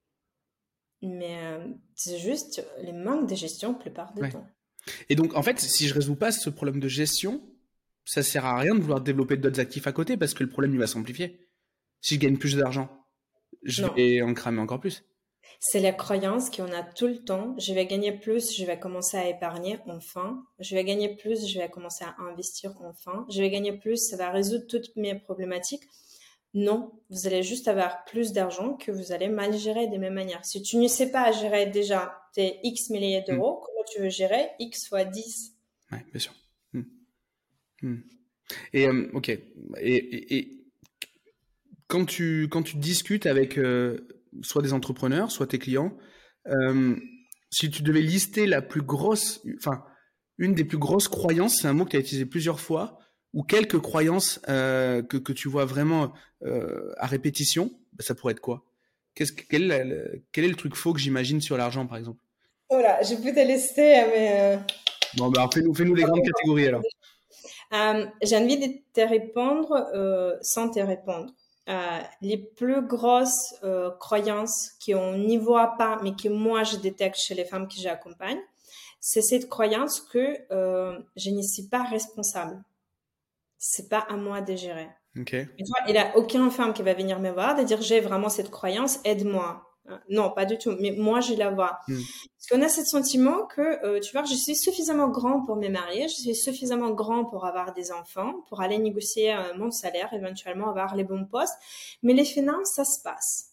Mais euh, c'est juste le manque de gestion la plupart du Ouais. temps. Et donc, en fait, si je résous pas ce problème de gestion, ça sert à rien de vouloir développer d'autres actifs à côté parce que le problème, il va s'amplifier. Si je gagne plus d'argent, je Non, vais en cramer encore plus. c'est la croyance qu'on a tout le temps. Je vais gagner plus, je vais commencer à épargner enfin. Je vais gagner plus, je vais commencer à investir enfin. Je vais gagner plus, ça va résoudre toutes mes problématiques. Non, vous allez juste avoir plus d'argent que vous allez mal gérer de même manière. Si tu ne sais pas gérer déjà tes X milliers d'euros, mmh. comment tu veux gérer X fois dix? Oui, bien sûr. Mmh. Mmh. Et euh, ok. Et, et, et quand tu quand tu discutes avec euh, soit des entrepreneurs, soit tes clients, euh, si tu devais lister la plus grosse, enfin une des plus grosses croyances, c'est un mot que tu as utilisé plusieurs fois, ou quelques croyances euh, que que tu vois vraiment euh, à répétition, bah, ça pourrait être quoi? Qu'est-ce quel est le, quel est le truc faux que j'imagine sur l'argent, par exemple? Oh là, je peux te lister, mais euh... bon bah fais-nous fais-nous les grandes catégories alors. Euh, j'ai envie de te répondre euh, sans te répondre. Euh, les plus grosses euh, croyances qu'on n'y voit pas, mais que moi je détecte chez les femmes que j'accompagne, c'est cette croyance que euh, je ne suis pas responsable. C'est pas à moi de gérer. Okay. Et toi, il n'y a aucune femme qui va venir me voir de dire j'ai vraiment cette croyance, aide-moi. Non, pas du tout. Mais moi, je la vois. Mm. Parce qu'on a ce sentiment que, euh, tu vois, je suis suffisamment grand pour me marier, je suis suffisamment grand pour avoir des enfants, pour aller négocier euh, mon salaire, éventuellement avoir les bons postes. Mais les finances, ça se passe.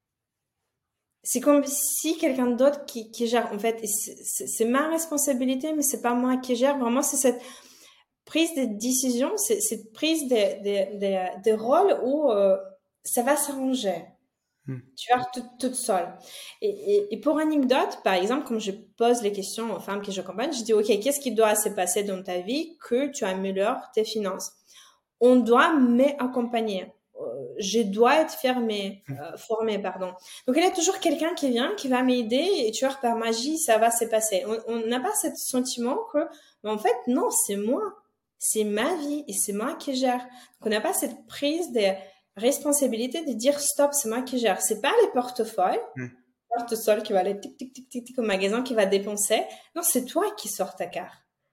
C'est comme si quelqu'un d'autre qui, qui gère. En fait, c'est, c'est ma responsabilité, mais c'est pas moi qui gère. Vraiment, c'est cette prise de décision, c'est cette prise de, de, de, de rôle où euh, ça va s'arranger. Hmm. Tu vas toute, toute seule. Et, et, et pour anecdote, par exemple, quand je pose les questions aux femmes que j'accompagne, je dis, OK, qu'est-ce qui doit se passer dans ta vie que tu améliores tes finances? On doit m'accompagner. Euh, je dois être fermée, euh, formée, pardon. Donc, il y a toujours quelqu'un qui vient, qui va m'aider et tu vois, par magie, ça va se passer. On n'a pas ce sentiment que, mais en fait, non, c'est moi. C'est ma vie et c'est moi qui gère. Donc, on n'a pas cette prise de responsabilité de dire stop, c'est moi qui gère. C'est pas les portefeuilles, mmh. le porte-sol qui va aller tic, tic, tic, tic, tic au magasin qui va dépenser. Non, c'est toi qui sors ta carte.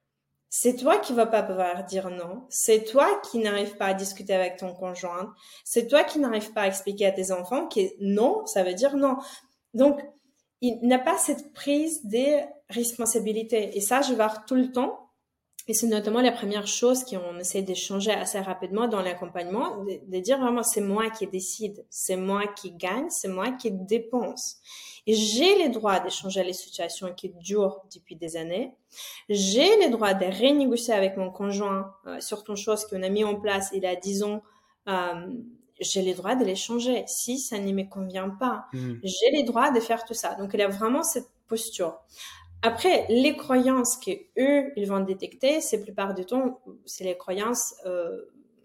C'est toi qui vas pas pouvoir dire non. C'est toi qui n'arrive pas à discuter avec ton conjoint. C'est toi qui n'arrive pas à expliquer à tes enfants que non, ça veut dire non. Donc, il n'a pas cette prise de responsabilité. Et ça, je vais voir tout le temps. Et c'est notamment la première chose qu'on essaie d'échanger assez rapidement dans l'accompagnement, de, de dire vraiment c'est moi qui décide, c'est moi qui gagne, c'est moi qui dépense. Et j'ai le droit d'échanger les situations qui durent depuis des années. J'ai le droit de renégocier avec mon conjoint euh, sur une chose qu'on a mis en place il y a dix ans. Euh, j'ai le droit de les changer si ça ne me convient pas. Mmh. J'ai le droit de faire tout ça. Donc, il y a vraiment cette posture. Après, les croyances que eux ils vont détecter, c'est la plupart du temps, c'est les croyances, euh,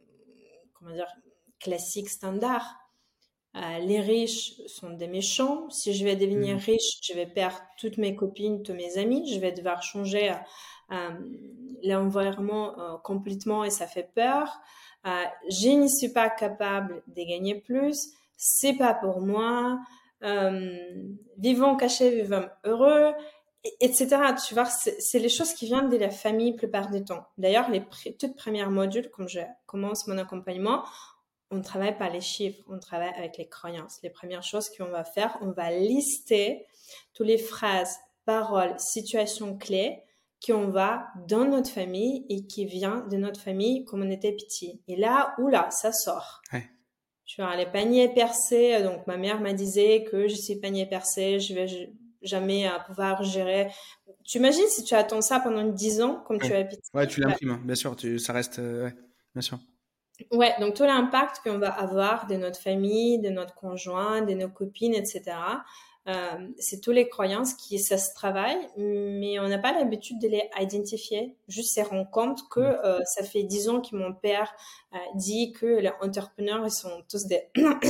comment dire, classiques, standards. Euh, les riches sont des méchants. Si je vais devenir mmh. riche, je vais perdre toutes mes copines, tous mes amis. Je vais devoir changer euh, l'environnement euh, complètement et ça fait peur. Euh, je ne suis pas capable de gagner plus. C'est pas pour moi. Euh, vivons cachés, vivons heureux. et cetera. Tu vois, c'est, c'est les choses qui viennent de la famille la plupart du temps. D'ailleurs, les pr- toutes premières modules, comme je commence mon accompagnement, on ne travaille pas les chiffres, on travaille avec les croyances. Les premières choses qu'on va faire, on va lister toutes les phrases, paroles, situations clés qu'on va dans notre famille et qui vient de notre famille comme on était petit. Et là, oula, ça sort. Ouais. Tu vois, les paniers percés. Donc, ma mère m'a disait que je suis panier percé, je vais... Je, jamais à pouvoir gérer. Tu imagines si tu attends ça pendant dix ans, comme ouais. tu as petit. Ouais, tu l'imprimes, hein. Bien sûr, tu, ça reste, euh, ouais, bien sûr. Ouais, donc tout l'impact qu'on va avoir de notre famille, de notre conjoint, de nos copines, et cetera. Euh, c'est toutes les croyances qui, ça se travaille, mais on n'a pas l'habitude de les identifier. Juste se rendre compte que euh, ça fait dix ans que mon père euh, dit que les entrepreneurs, ils sont tous des...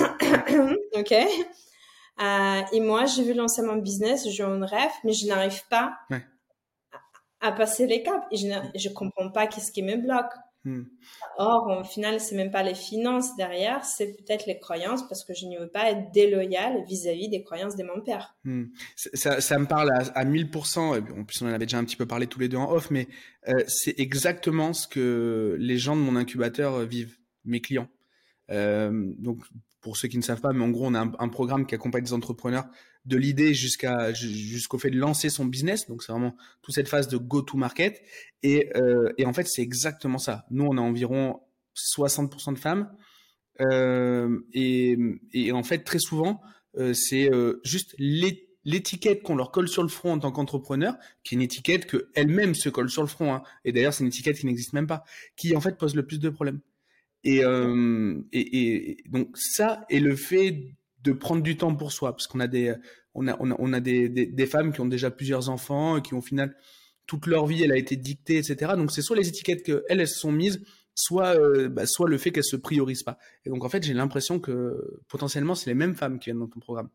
OK. Euh, et moi, j'ai vu lancer mon business, j'ai un rêve, mais je n'arrive pas ouais. à, à passer les caps. Et je ne comprends pas qu'est-ce qui me bloque. Hmm. Or, au final, c'est même pas les finances derrière, c'est peut-être les croyances, parce que je ne veux pas être déloyale vis-à-vis des croyances de mon père. Hmm. Ça, ça me parle à, à mille pour cent. En plus, on en avait déjà un petit peu parlé tous les deux en off, mais euh, c'est exactement ce que les gens de mon incubateur vivent, mes clients. Euh, donc, pour ceux qui ne savent pas, mais en gros, on a un, un programme qui accompagne des entrepreneurs de l'idée jusqu'à jusqu'au fait de lancer son business. Donc, c'est vraiment toute cette phase de go-to-market. Et, euh, et en fait, c'est exactement ça. Nous, on a environ soixante pour cent de femmes Euh, et, et en fait, très souvent, euh, c'est euh, juste l'é- l'étiquette qu'on leur colle sur le front en tant qu'entrepreneur, qui est une étiquette que elle-même se colle sur le front. Hein. Et d'ailleurs, c'est une étiquette qui n'existe même pas, qui en fait pose le plus de problèmes. Et, euh, et, et donc ça, et le fait de prendre du temps pour soi, parce qu'on a des, on a, on a, on a des, des, des femmes qui ont déjà plusieurs enfants, et qui au final toute leur vie, elle a été dictée, et cetera. Donc c'est soit les étiquettes que elles, elles se sont mises, soit, euh, bah, soit le fait qu'elles se priorisent pas. Et donc en fait, j'ai l'impression que potentiellement c'est les mêmes femmes qui viennent dans ton programme.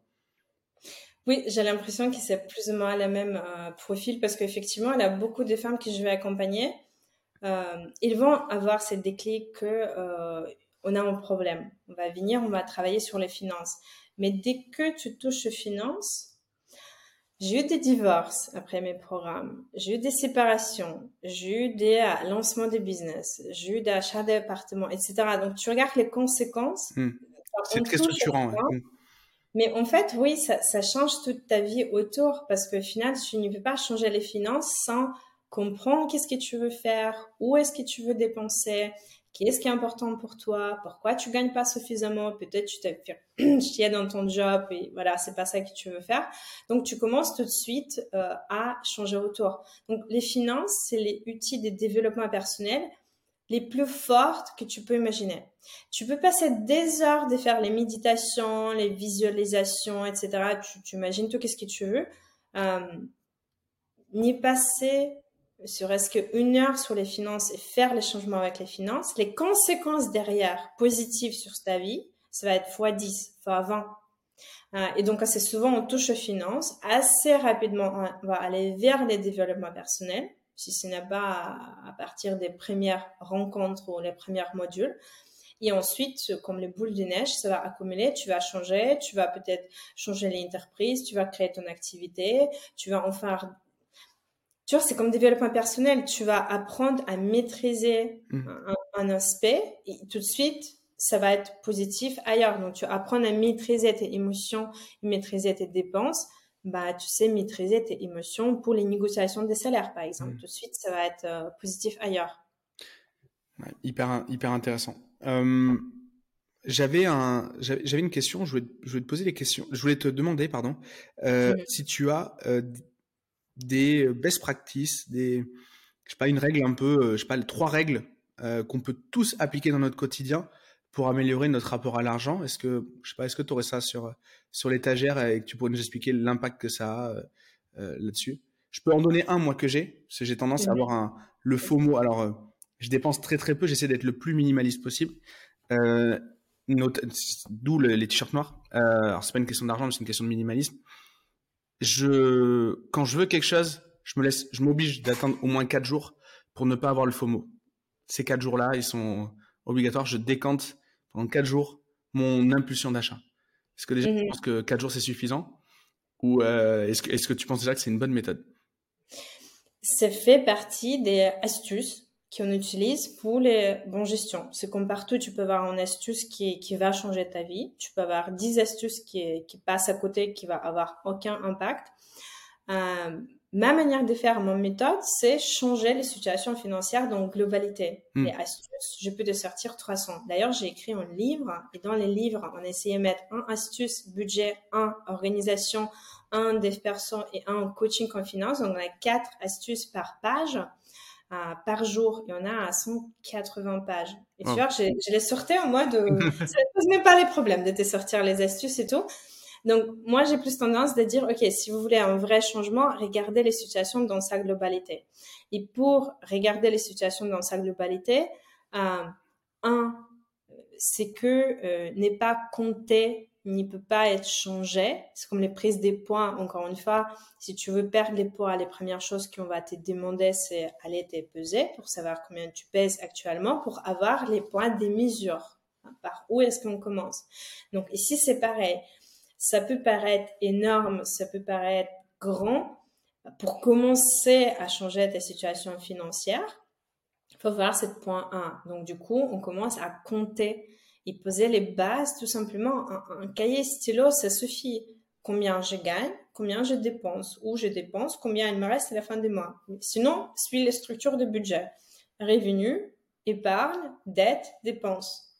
Oui, j'ai l'impression que c'est plus ou moins le même euh, profil parce qu'effectivement, il y a beaucoup de femmes que je vais accompagner. Euh, ils vont avoir ce déclic que euh, on a un problème. On va venir, on va travailler sur les finances. Mais dès que tu touches aux finances, j'ai eu des divorces après mes programmes, j'ai eu des séparations, j'ai eu des euh, lancements de business, j'ai eu des achats d'appartements, et cetera. Donc tu regardes les conséquences, Hmm. C'est on très touche à structurant. ça. Ouais. Hmm. Mais en fait, oui, ça, ça change toute ta vie autour parce qu'au final, tu ne peux pas changer les finances sans comprendre qu'est-ce que tu veux faire, où est-ce que tu veux dépenser, qu'est-ce qui est important pour toi, pourquoi tu gagnes pas suffisamment, peut-être tu t'es fait chier dans ton job et voilà, c'est pas ça que tu veux faire. Donc, tu commences tout de suite euh, à changer autour. Donc, les finances, c'est les outils de développement personnel les plus fortes que tu peux imaginer. Tu peux passer des heures de faire les méditations, les visualisations, et cetera. Tu, tu imagines tout qu'est-ce que tu veux. Euh, N'y passer serait-ce qu'une heure sur les finances et faire les changements avec les finances, les conséquences derrière positives sur ta vie, ça va être fois dix, fois vingt. Euh, et donc, assez souvent, on touche aux finances. Assez rapidement, on va aller vers les développements personnels, si ce n'est pas à, à partir des premières rencontres ou les premiers modules. Et ensuite, comme les boules de neige, ça va accumuler, tu vas changer, tu vas peut-être changer l'entreprise, tu vas créer ton activité, tu vas enfin... Tu vois, c'est comme développement personnel, tu vas apprendre à maîtriser Hmm. un, un aspect et tout de suite, ça va être positif ailleurs. Donc, tu vas apprendre à maîtriser tes émotions, maîtriser tes dépenses. Bah, tu sais maîtriser tes émotions pour les négociations des salaires, par exemple. Hmm. Tout de suite, ça va être euh, positif ailleurs. Ouais, hyper, hyper intéressant. Euh, j'avais un, j'avais j'avais une question. Je voulais, je voulais te poser des questions. Je voulais te demander, pardon, euh, Mhm. si tu as euh, des best practices, des, je sais pas, une règle un peu, euh, je sais pas, les trois règles euh, qu'on peut tous appliquer dans notre quotidien pour améliorer notre rapport à l'argent. Est-ce que, je sais pas, est-ce que tu aurais ça sur sur l'étagère et que tu pourrais nous expliquer l'impact que ça a euh, euh, là-dessus? Je peux en donner un moi que j'ai, parce que j'ai tendance à Mhm. avoir un le FOMO. Alors, euh, je dépense très très peu. J'essaie d'être le plus minimaliste possible. Euh, note- D'où le- les t-shirts noirs. Euh, alors c'est pas une question d'argent, mais c'est une question de minimalisme. Je, quand je veux quelque chose, je me laisse, je m'oblige d'attendre au moins quatre jours pour ne pas avoir le FOMO. Ces quatre jours-là, ils sont obligatoires. Je décante pendant quatre jours mon impulsion d'achat. Est-ce que déjà tu Mhm. penses que quatre jours c'est suffisant ou euh, est-ce que, est-ce que tu penses déjà que c'est une bonne méthode? Ça fait partie des astuces qu'on utilise pour les bonnes gestions. C'est comme partout, tu peux avoir une astuce qui, qui va changer ta vie. Tu peux avoir dix astuces qui, qui passent à côté, qui va avoir aucun impact. Euh, Ma manière de faire mon méthode, c'est changer les situations financières dans globalité. Hmm. Les astuces, je peux te sortir trois cents. D'ailleurs, j'ai écrit un livre et dans les livres, on essayait de mettre un astuce, budget, un organisation, un dev perso et un coaching en finance. Donc, on a quatre astuces par page. Euh, par jour, il y en a à cent quatre-vingts pages. Et tu Oh. vois, je, je les sortais en mode, euh, ça ne pose même pas les problèmes de te sortir les astuces et tout. Donc, moi, j'ai plus tendance de dire, OK, si vous voulez un vrai changement, regardez les situations dans sa globalité. Et pour regarder les situations dans sa globalité, euh, un, c'est que euh, n'est pas compté, ne peut pas être changé. C'est comme les prises des points. Encore une fois, si tu veux perdre les poids, les premières choses qu'on va te demander, c'est aller te peser pour savoir combien tu pèses actuellement, pour avoir les points des mesures. Par où est-ce qu'on commence? Donc ici, c'est pareil. Ça peut paraître énorme, ça peut paraître grand. Pour commencer à changer ta situation financière, il faut voir ce point un. Donc, du coup, on commence à compter et poser les bases, tout simplement. Un, un cahier stylo, ça suffit. Combien je gagne, combien je dépense, où je dépense, combien il me reste à la fin du mois. Sinon, suis les structures de budget. Revenus, épargne, dette, dépenses.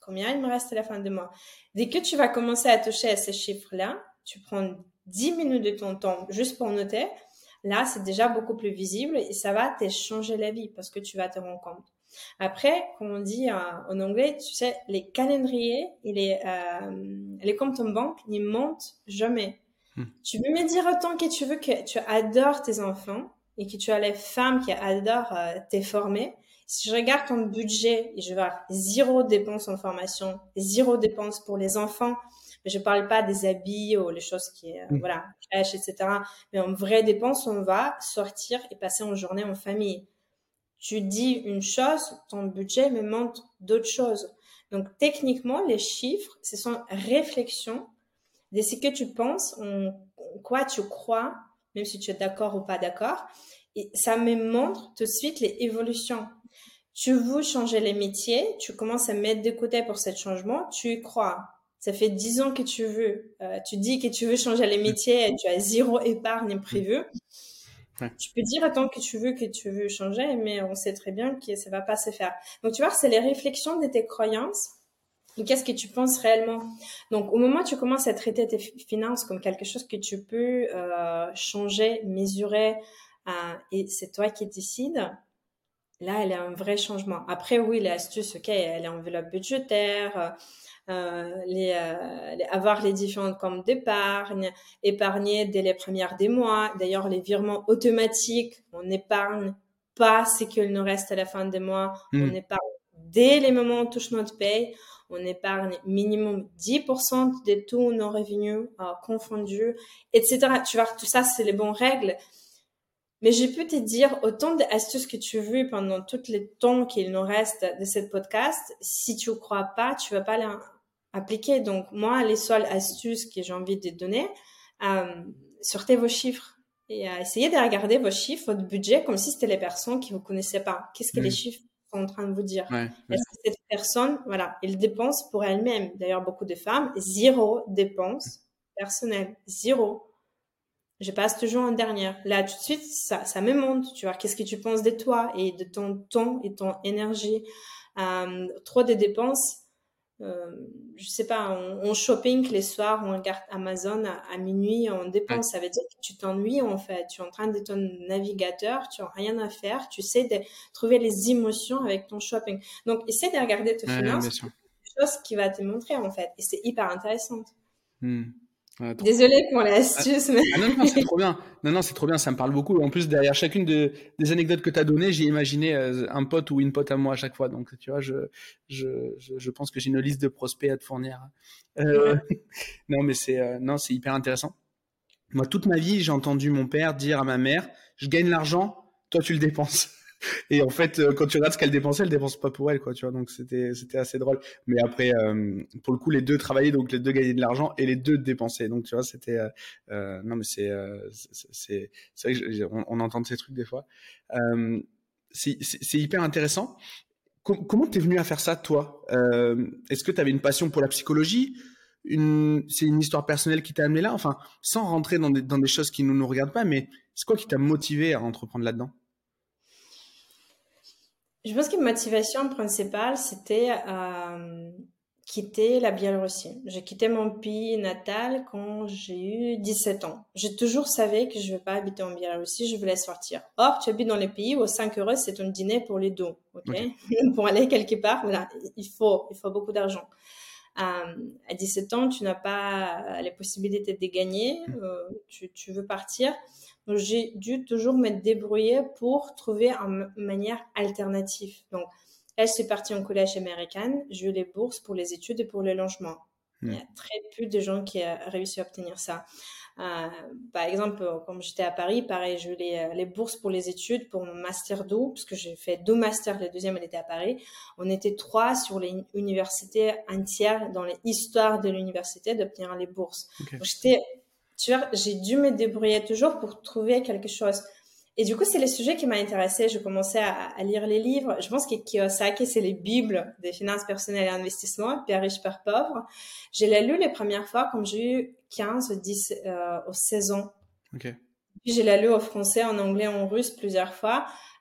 combien il me reste à la fin du mois. Dès que tu vas commencer à toucher à ces chiffres-là, tu prends dix minutes de ton temps juste pour noter. Là, c'est déjà beaucoup plus visible et ça va te changer la vie parce que tu vas te rendre compte. Après, comme on dit euh, en anglais, tu sais, les calendriers et les, euh, les comptes en banque n'y montent jamais. Hmm. Tu peux me dire autant que tu veux que tu adores tes enfants et que tu as les femmes qui adorent euh, te former. Si je regarde ton budget et je vois zéro dépense en formation, zéro dépense pour les enfants, mais je parle pas des habits ou les choses qui, euh, mmh. voilà, crèche, et cetera. Mais en vraie dépense, on va sortir et passer une journée en famille. Tu dis une chose, ton budget me montre d'autres choses. Donc, techniquement, les chiffres, ce sont réflexions de ce que tu penses, en quoi tu crois, même si tu es d'accord ou pas d'accord. Et ça me montre tout de suite les évolutions. Tu veux changer les métiers, tu commences à mettre de côté pour ce changement, tu y crois. Ça fait dix ans que tu veux, euh, tu dis que tu veux changer les métiers et tu as zéro épargne prévue. Ouais. Tu peux dire autant que tu veux que tu veux changer, mais on sait très bien que ça va pas se faire. Donc, tu vois, c'est les réflexions de tes croyances. Et qu'est-ce que tu penses réellement? Donc, au moment où tu commences à traiter tes finances comme quelque chose que tu peux euh, changer, mesurer, euh, et c'est toi qui décides, là, elle a un vrai changement. Après, oui, les astuces, ok, elle est enveloppe budgétaire, euh, les, euh, les, avoir les différents comptes d'épargne, épargner dès les premières des mois. D'ailleurs, les virements automatiques, on épargne pas ce qu'il nous reste à la fin des mois. Mmh. On épargne dès les moments où on touche notre paye. On épargne minimum dix pour cent de tous nos revenus euh, confondus, et cetera. Tu vois, tout ça, c'est les bonnes règles. Mais je peux te dire autant d'astuces que tu veux pendant tout le temps qu'il nous reste de cette podcast. Si tu ne crois pas, tu ne vas pas l'appliquer. Donc, moi, les seules astuces que j'ai envie de te donner, euh, sortez vos chiffres et euh, essayez de regarder vos chiffres, votre budget, comme si c'était les personnes qui ne vous connaissaient pas. Qu'est-ce que mmh. les chiffres sont en train de vous dire? Ouais, ouais. Est-ce que cette personne, voilà, elle dépense pour elle-même? D'ailleurs, beaucoup de femmes, zéro dépense personnelle, zéro. Je passe toujours en dernière. Là, tout de suite, ça, ça me monte. Tu vois, qu'est-ce que tu penses de toi et de ton temps et ton énergie? Euh, trop de dépenses. Euh, je sais pas, on, on shopping les soirs, on regarde Amazon à, à minuit, on dépense. Ouais. Ça veut dire que tu t'ennuies en fait. Tu es en train de ton navigateur, tu as rien à faire. Tu sais de trouver les émotions avec ton shopping. Donc, essaie de regarder tes ouais, finances. C'est quelque chose qui va te montrer en fait. Et c'est hyper intéressant. Hmm. Ouais, Désolée pour l'astuce, mais... Ah non, non, c'est trop bien. Non, non, c'est trop bien, ça me parle beaucoup. En plus, derrière chacune de, des anecdotes que tu as données, j'ai imaginé euh, un pote ou une pote à moi à chaque fois. Donc, tu vois, je, je, je, je pense que j'ai une liste de prospects à te fournir. Euh, ouais. non, mais c'est, euh, non, c'est hyper intéressant. Moi, toute ma vie, j'ai entendu mon père dire à ma mère, je gagne l'argent, toi, tu le dépenses. Et en fait, quand tu regardes ce qu'elle dépensait, elle dépense pas pour elle, quoi, tu vois. Donc c'était c'était assez drôle. Mais après, euh, pour le coup, les deux travaillaient, donc les deux gagnaient de l'argent et les deux dépensaient. Donc tu vois, c'était euh, euh, non mais c'est euh, c'est c'est vrai que je, on, on entend ces trucs des fois. Euh, c'est c'est hyper intéressant. Com- comment t'es venu à faire ça, toi? euh, Est-ce que t'avais une passion pour la psychologie? Une, c'est une histoire personnelle qui t'a amené là? Enfin, sans rentrer dans des dans des choses qui ne nous, nous regardent pas, mais c'est quoi qui t'a motivé à entreprendre là-dedans? Je pense que ma motivation principale, c'était euh, quitter la Biélorussie. J'ai quitté mon pays natal quand j'ai eu dix-sept ans. J'ai toujours savais que je ne vais pas habiter en Biélorussie, je voulais sortir. Or, tu habites dans les pays où cinq euros, c'est un dîner pour les deux. Okay? Okay. Pour aller quelque part, voilà, il faut, il faut beaucoup d'argent. Euh, à dix-sept ans, tu n'as pas les possibilités de gagner, euh, tu, tu veux partir. Donc, j'ai dû toujours me débrouiller pour trouver une manière alternative. Donc, là, je suis partie en collège américain. J'ai eu les bourses pour les études et pour le logement. Mmh. Il y a très peu de gens qui ont réussi à obtenir ça. Euh, par exemple, comme j'étais à Paris, pareil, j'ai eu les, les bourses pour les études, pour mon master deux, parce que j'ai fait deux masters, le deuxième, elle était à Paris. On était trois sur les universités entières, dans les histoires de l'université, d'obtenir les bourses. Okay. Donc, j'étais... Tu vois, j'ai dû me débrouiller toujours pour trouver quelque chose. Et du coup, c'est les sujets qui m'ont intéressée. Je commençais à, à lire les livres. Je pense que Kiyosaki, c'est les bibles des finances personnelles et investissement, Père riche, Père pauvre. Je l'ai lu les premières fois quand j'ai eu quinze, dix, euh, ou seize ans. Okay. Puis je l'ai lu au français, en anglais, en russe plusieurs fois.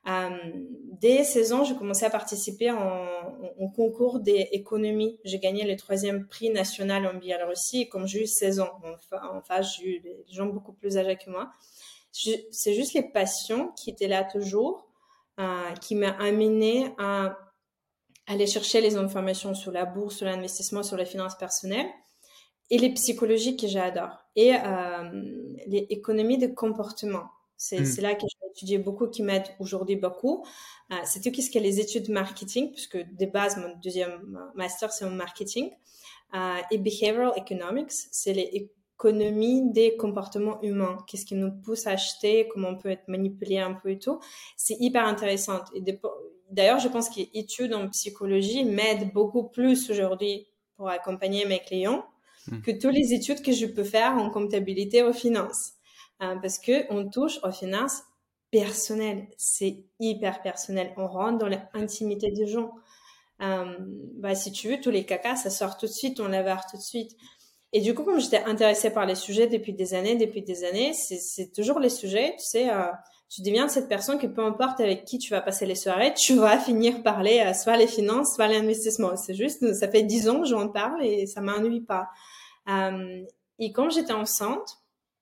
Euh, dès seize ans, j'ai commencé à participer en, en, en concours d'économie. J'ai gagné le troisième prix national en Biélorussie. Et comme j'ai eu seize ans, en, en face, j'ai eu des gens beaucoup plus âgés que moi. Je, c'est juste les passions qui étaient là toujours, euh, qui m'ont amené à aller chercher les informations sur la bourse, sur l'investissement, sur les finances personnelles, et les psychologies que j'adore, et euh, les économies de comportement. C'est, mmh. c'est là que j'ai étudié beaucoup, qui m'aide aujourd'hui beaucoup. Euh, c'est tout ce qui est les études marketing, puisque de base, mon deuxième master, c'est en marketing. Euh, et behavioral economics, c'est les économies des comportements humains. Qu'est-ce qui nous pousse à acheter, comment on peut être manipulé un peu et tout. C'est hyper intéressant. Et de, d'ailleurs, je pense que les études en psychologie m'aident beaucoup plus aujourd'hui pour accompagner mes clients mmh. que toutes les études que je peux faire en comptabilité aux finances. Euh, parce qu'on touche aux finances personnelles. C'est hyper personnel. On rentre dans l'intimité des gens. Euh, bah, si tu veux, tous les cacas, ça sort tout de suite, on l'avare tout de suite. Et du coup, comme j'étais intéressée par les sujets depuis des années, depuis des années, c'est, c'est toujours les sujets, tu sais, euh, tu deviens cette personne que peu importe avec qui tu vas passer les soirées, tu vas finir par parler euh, soit les finances, soit l'investissement. C'est juste, ça fait dix ans que j'en parle et ça m'ennuie pas. Euh, et quand j'étais enceinte,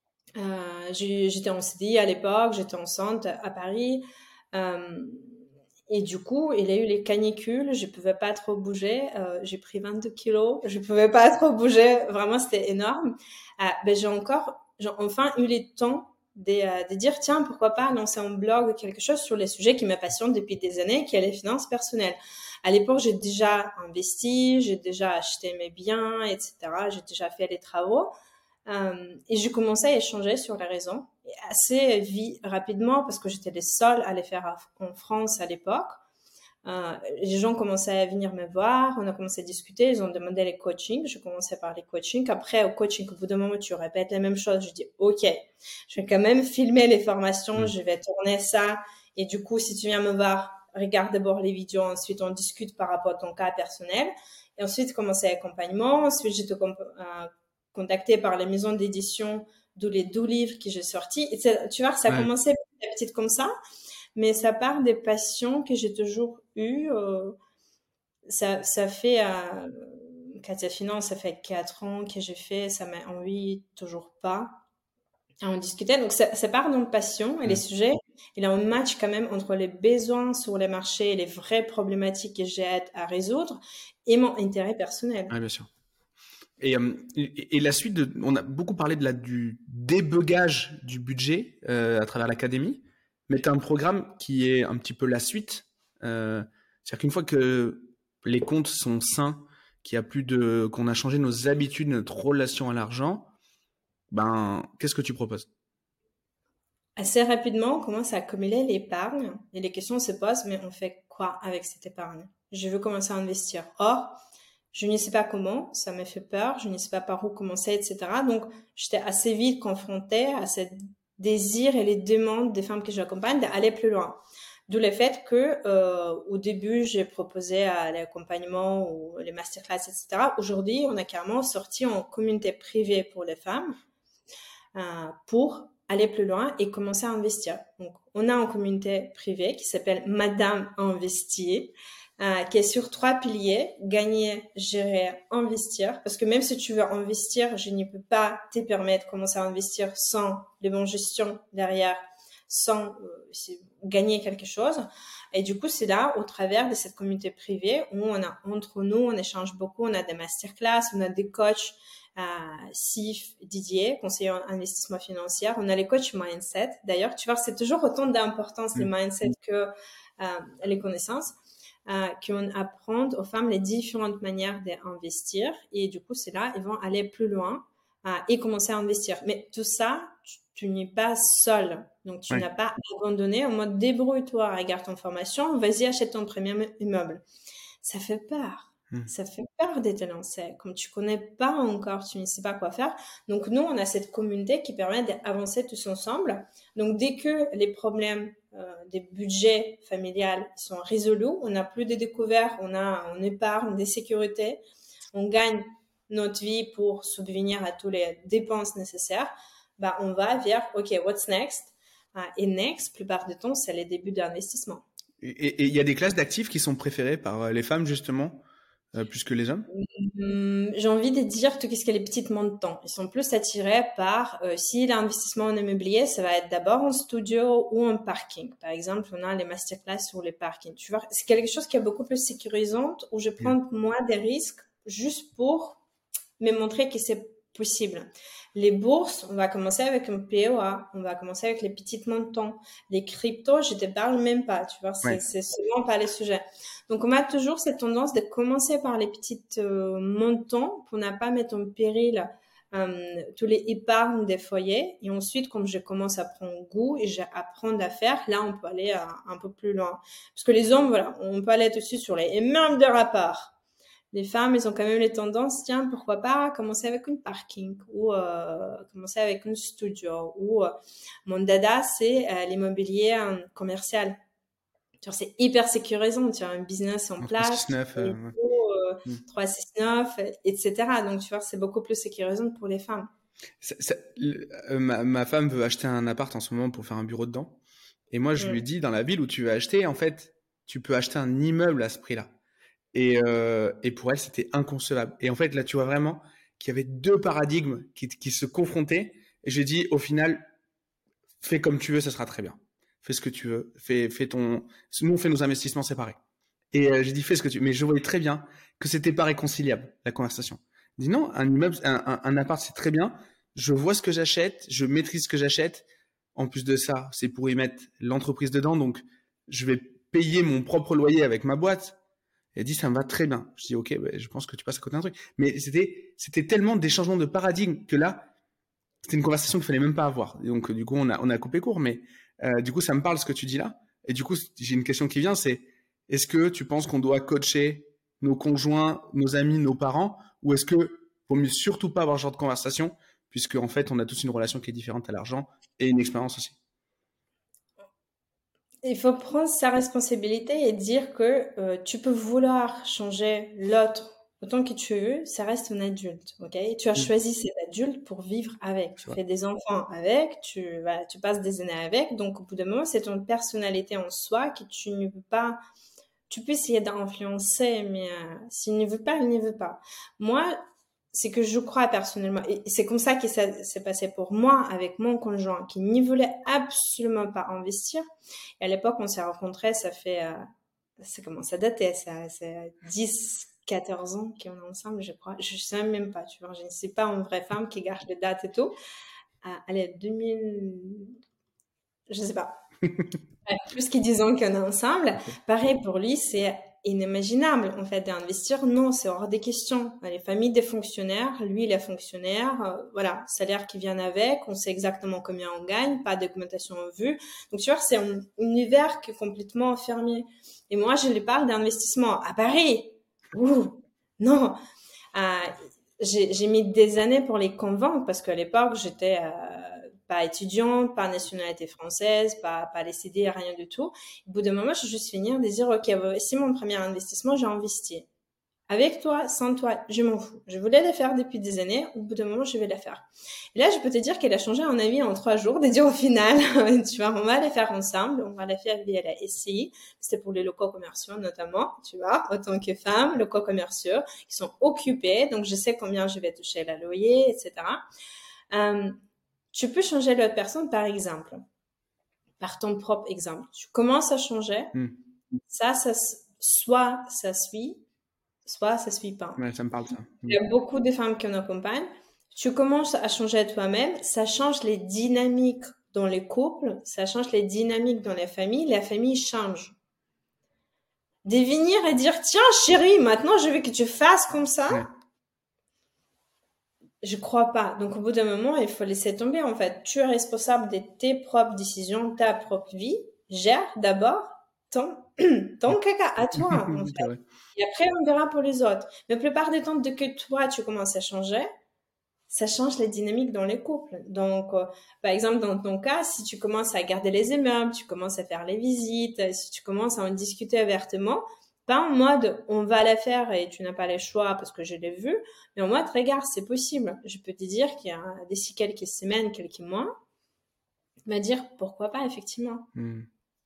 euh, j'ai, j'étais en C D I à l'époque, j'étais enceinte à Paris, euh, et du coup, il y a eu les canicules, je pouvais pas trop bouger, euh, j'ai pris vingt-deux kilos, je pouvais pas trop bouger, vraiment c'était énorme. Euh, ben j'ai encore, j'ai enfin eu le temps de, euh, de dire tiens, pourquoi pas lancer un blog ou quelque chose sur les sujets qui me passionnent depuis des années, qui est les finances personnelles. À l'époque, j'ai déjà investi, j'ai déjà acheté mes biens, et cetera. J'ai déjà fait les travaux. Euh, et j'ai commencé à échanger sur les réseaux assez vite, rapidement, parce que j'étais les seules à les faire en France à l'époque. Euh, les gens commençaient à venir me voir, on a commencé à discuter, ils ont demandé les coachings, je commençais par les coachings. Après, au coaching, au bout d'un moment, tu répètes la même chose. Je dis, OK, je vais quand même filmer les formations, mmh. je vais tourner ça. Et du coup, si tu viens me voir, regarde d'abord les vidéos, ensuite on discute par rapport à ton cas personnel. Et ensuite, commencer l'accompagnement. Ensuite, j'étais comp- euh, contactée par les maisons d'édition, d'où les deux livres que j'ai sortis. Et tu vois, ça a ouais. commencé petit à petit comme ça, mais ça part des passions que j'ai toujours eues. Euh, ça, ça fait, euh, Katia Finance, ça fait quatre ans que j'ai fait, ça m'a envie toujours pas à en discuter. Donc, ça, ça part d'une passion et mmh. les sujets, il y a un match quand même entre les besoins sur les marchés et les vraies problématiques que j'ai à résoudre et mon intérêt personnel. Oui, bien sûr. Et, euh, et, et la suite, de, on a beaucoup parlé de la, du débugage du budget euh, à travers l'académie, mais tu as un programme qui est un petit peu la suite. Euh, c'est-à-dire qu'une fois que les comptes sont sains, qu'il y a plus de, qu'on a changé nos habitudes, notre relation à l'argent, ben, qu'est-ce que tu proposes ? Assez rapidement, on commence à accumuler l'épargne et les questions se posent, mais on fait quoi avec cette épargne ? Je veux commencer à investir. Or, je ne sais pas comment, ça me fait peur, je ne sais pas par où commencer, et cetera. Donc, j'étais assez vite confrontée à ce désir et les demandes des femmes que j'accompagne d'aller plus loin. D'où le fait que, euh, au début, j'ai proposé à l'accompagnement ou les masterclass, et cetera. Aujourd'hui, on a carrément sorti en communauté privée pour les femmes euh, pour aller plus loin et commencer à investir. Donc, on a une communauté privée qui s'appelle Madame Investir, Euh, qui est sur trois piliers, gagner, gérer, investir. Parce que même si tu veux investir, je ne peux pas te permettre de commencer à investir sans les bonnes gestions derrière, sans euh, gagner quelque chose. Et du coup, c'est là, au travers de cette communauté privée, où on a entre nous, on échange beaucoup, on a des masterclass, on a des coachs, euh, Sif, Didier, conseiller en investissement financier, on a les coachs mindset. D'ailleurs, tu vois, c'est toujours autant d'importance, mmh. les mindset, que euh, les connaissances. Euh, qu'on apprend aux femmes les différentes manières d'investir et du coup c'est là ils vont aller plus loin euh, et commencer à investir, mais tout ça tu, tu n'es pas seul, donc tu oui. n'as pas abandonné en mode débrouille-toi, regarde ton formation, vas-y achète ton premier immeuble. Ça fait peur. Mmh. Ça fait peur de te lancer. Comme tu connais pas encore, tu ne sais pas quoi faire. Donc, nous, on a cette communauté qui permet d'avancer tous ensemble. Donc, dès que les problèmes euh, des budgets familiales sont résolus, on n'a plus de découvertes, on a on épargne, des sécurités, on gagne notre vie pour subvenir à toutes les dépenses nécessaires, bah, on va vers, OK, what's next? Euh, et next, plupart du temps, c'est les débuts d'investissement. Et il y a des classes d'actifs qui sont préférées par les femmes, justement, euh, plus que les hommes? Hum, J'ai envie de dire tout ce qui est les petits montants. Ils sont plus attirés par, euh, si l'investissement en immobilier, ça va être d'abord en studio ou en parking. Par exemple, on a les masterclass sur les parkings. Tu vois, c'est quelque chose qui est beaucoup plus sécurisant, où je prends Mmh. moins des risques juste pour me montrer que c'est possible. Les bourses, on va commencer avec un P O A, on va commencer avec les petits montants. Les cryptos, je te parle même pas, tu vois, c'est, Ouais. c'est souvent pas les sujets. Donc, on a toujours cette tendance de commencer par les petits euh, montants pour ne pas mettre en péril euh, tous les épargnes des foyers. Et ensuite, comme je commence à prendre goût et j'apprends à faire, là, on peut aller euh, un peu plus loin. Parce que les hommes, voilà, on peut aller dessus sur les énormes de rapport. Les femmes, elles ont quand même les tendances, tiens, pourquoi pas commencer avec une parking ou euh, commencer avec un studio ou euh, mon dada, c'est euh, l'immobilier euh, commercial. Genre, c'est hyper sécurisant, tu as un business en En place, trois six neuf. Euh, ouais. euh, Mmh. trois six neuf, et cetera. Donc, tu vois, c'est beaucoup plus sécurisant pour les femmes. Ça, ça, le- euh, ma, ma femme veut acheter un appart en ce moment pour faire un bureau dedans. Et moi, je Mm. lui dis, dans la ville où tu veux acheter, en fait, tu peux acheter un immeuble à ce prix-là. Et, euh, et pour elle, c'était inconcevable. Et en fait, là, tu vois vraiment qu'il y avait deux paradigmes qui, qui se confrontaient. Et je lui ai dit, au final, fais comme tu veux, ça sera très bien. Fais ce que tu veux. Fais, fais ton. Nous, on fait nos investissements séparés. Et euh, j'ai dit, fais ce que tu veux. Mais je voyais très bien que c'était pas réconciliable, la conversation. Je dis, non, un immeuble, un, un, un appart, c'est très bien. Je vois ce que j'achète, je maîtrise ce que j'achète. En plus de ça, c'est pour y mettre l'entreprise dedans. Donc, je vais payer mon propre loyer avec ma boîte. Elle dit, ça me va très bien. Je dis, ok, bah, je pense que tu passes à côté d'un truc. Mais c'était, c'était tellement des changements de paradigme que là, c'était une conversation qu'il fallait même pas avoir. Et donc, du coup, on a, on a coupé court. Mais euh, du coup, ça me parle ce que tu dis là. Et du coup, j'ai une question qui vient, c'est est-ce que tu penses qu'on doit coacher nos conjoints, nos amis, nos parents, ou est-ce que vaut mieux surtout pas avoir ce genre de conversation, puisque en fait, on a tous une relation qui est différente à l'argent et une expérience aussi. Il faut prendre sa responsabilité et dire que euh, tu peux vouloir changer l'autre autant que tu veux, ça reste un adulte, ok? Tu as Mmh, choisi cet adulte pour vivre avec. c'est Tu vrai. fais des enfants avec, tu, voilà, tu passes des années avec. Donc, au bout d'un moment, c'est ton personnalité en soi que tu ne peux pas. Tu peux essayer d'influencer, mais euh, s'il ne veut pas, il ne veut pas. Moi, c'est que je crois personnellement, et c'est comme ça que ça s'est passé pour moi avec mon conjoint qui ne voulait absolument pas investir. Et à l'époque, on s'est rencontrés, ça fait, euh, ça commence à dater, ça, c'est dix, quatorze ans qu'on est ensemble, je crois. Je ne sais même pas, tu vois, je ne suis pas une vraie femme qui garde les dates et tout. Ah, allez, deux mille, je ne sais pas. Ouais, plus que dix ans qu'on est ensemble. Ok. Pareil, pour lui, c'est inimaginable, en fait, d'investir. Non, c'est hors des questions. Les familles des fonctionnaires, lui, il est fonctionnaire, euh, voilà, salaire qui vient avec, on sait exactement combien on gagne, pas d'augmentation en vue. Donc, tu vois, c'est un univers qui est complètement fermé. Et moi, je lui parle d'investissement à Paris. Ouh, non. Euh, j'ai, j'ai mis des années pour les convaincre parce qu'à l'époque, j'étais euh, pas étudiante, pas nationalité française, pas, pas les C D, rien du tout. Au bout d'un moment, je vais juste finir de dire, OK, si mon premier investissement, j'ai investi. Avec toi, sans toi, je m'en fous. Je voulais le faire depuis des années. Au bout d'un moment, je vais le faire. Et là, je peux te dire qu'elle a changé un avis en trois jours, de dire au final, tu vois, on va le faire ensemble. On va le faire via la S C I. C'était pour les locaux commerciaux, notamment, tu vois, en tant que femme, locaux commerciaux qui sont occupés. Donc, je sais combien je vais toucher la loyer, et cetera. Euh, tu peux changer l'autre personne, par exemple, par ton propre exemple. Tu commences à changer. Mmh. Ça, ça, soit ça suit, soit ça suit pas. Ouais, ça me parle ça. Il y a beaucoup de femmes qui en accompagnent. Tu commences à changer toi-même, ça change les dynamiques dans les couples, ça change les dynamiques dans les familles, la famille change. De venir et dire, tiens chérie, maintenant je veux que tu fasses comme ça, Ouais. je crois pas. Donc au bout d'un moment, il faut laisser tomber en fait. Tu es responsable de tes propres décisions, ta propre vie. Gère d'abord ton, ton caca à toi en C'est fait. vrai. Et après, on verra pour les autres. Mais la plupart du temps, dès que toi, tu commences à changer, ça change les dynamiques dans les couples. Donc, euh, par exemple, dans ton cas, si tu commences à garder les immeubles, tu commences à faire les visites, si tu commences à en discuter ouvertement, pas en mode on va la faire et tu n'as pas le choix parce que je l'ai vu, mais en mode regarde, c'est possible. Je peux te dire qu'il y a d'ici quelques semaines, quelques mois, me dire pourquoi pas, effectivement. Mmh.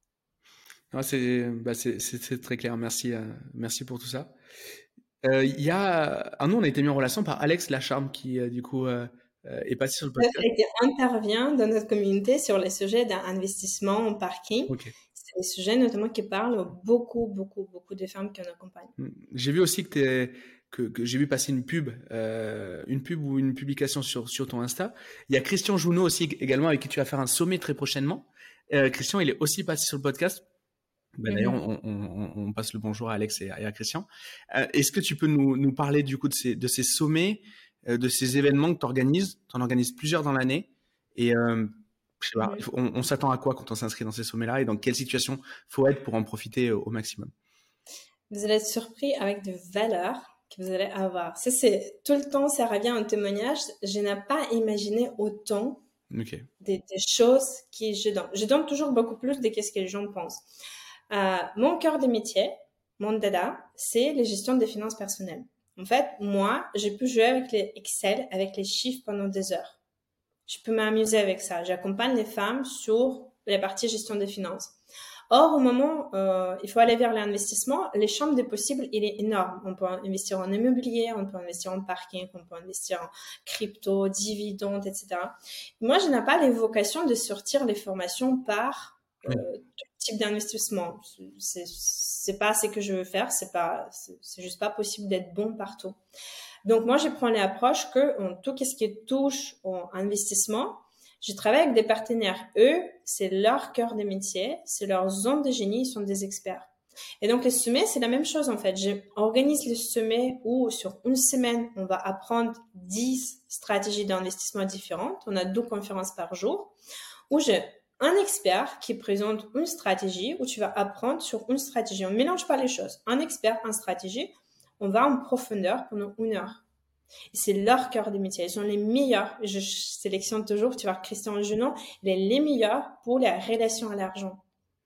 Non, c'est, bah c'est, c'est, c'est très clair. Merci, euh, merci pour tout ça. Il euh, y a, ah, nous, on a été mis en relation par Alex Lacharme qui, euh, du coup, euh, euh, est passé sur le podcast. Et qui intervient dans notre communauté sur les sujets d'investissement en parking. Okay. C'est des sujets notamment qui parlent beaucoup, beaucoup, beaucoup de femmes qu'on accompagne. J'ai vu aussi que t'es, que, que j'ai vu passer une pub, euh, une pub ou une publication sur, sur ton Insta. Il y a Christian Jounot aussi également avec qui tu vas faire un sommet très prochainement. Euh, Christian, il est aussi passé sur le podcast. Ben, d'ailleurs, on, on, on passe le bonjour à Alex et à, et à Christian. Euh, est-ce que tu peux nous, nous parler du coup de ces, de ces sommets, euh, de ces événements que tu organises? Tu en organises plusieurs dans l'année. Et euh, je sais pas, mm-hmm. on, on s'attend à quoi quand on s'inscrit dans ces sommets-là et dans quelle situation faut être pour en profiter au, au maximum? Vous allez être surpris avec de valeurs que vous allez avoir. Ça, c'est, tout le temps, ça revient en témoignage. Je n'ai pas imaginé autant okay. des, des choses que je donne. Je donne toujours beaucoup plus de ce que les gens pensent. Euh, mon cœur de métier, mon dada, c'est la gestion des finances personnelles. En fait, moi, j'ai pu jouer avec les Excel, avec les chiffres pendant des heures. Je peux m'amuser avec ça. J'accompagne les femmes sur la partie gestion des finances. Or, au moment où euh, il faut aller vers l'investissement, les champs des possibles, il est énorme. On peut investir en immobilier, on peut investir en parking, on peut investir en crypto, dividendes, et cetera. Moi, je n'ai pas l'évocation de sortir les formations par euh, tout type d'investissement. C'est, c'est pas ce que je veux faire. C'est pas, c'est, c'est juste pas possible d'être bon partout. Donc, moi, je prends l'approche que en tout ce qui touche au investissement, je travaille avec des partenaires. Eux, c'est leur cœur de métier, c'est leur zone de génie, ils sont des experts. Et donc, les sommets, c'est la même chose, en fait. J'organise les sommets où, sur une semaine, on va apprendre dix stratégies d'investissement différentes. On a deux conférences par jour où j'ai un expert qui présente une stratégie où tu vas apprendre sur une stratégie. On ne mélange pas les choses. Un expert, une stratégie, on va en profondeur pendant une heure. Et c'est leur cœur de métier. Ils sont les meilleurs. Je sélectionne toujours, tu vois, Christian Jounot, il est les meilleurs pour la relation à l'argent.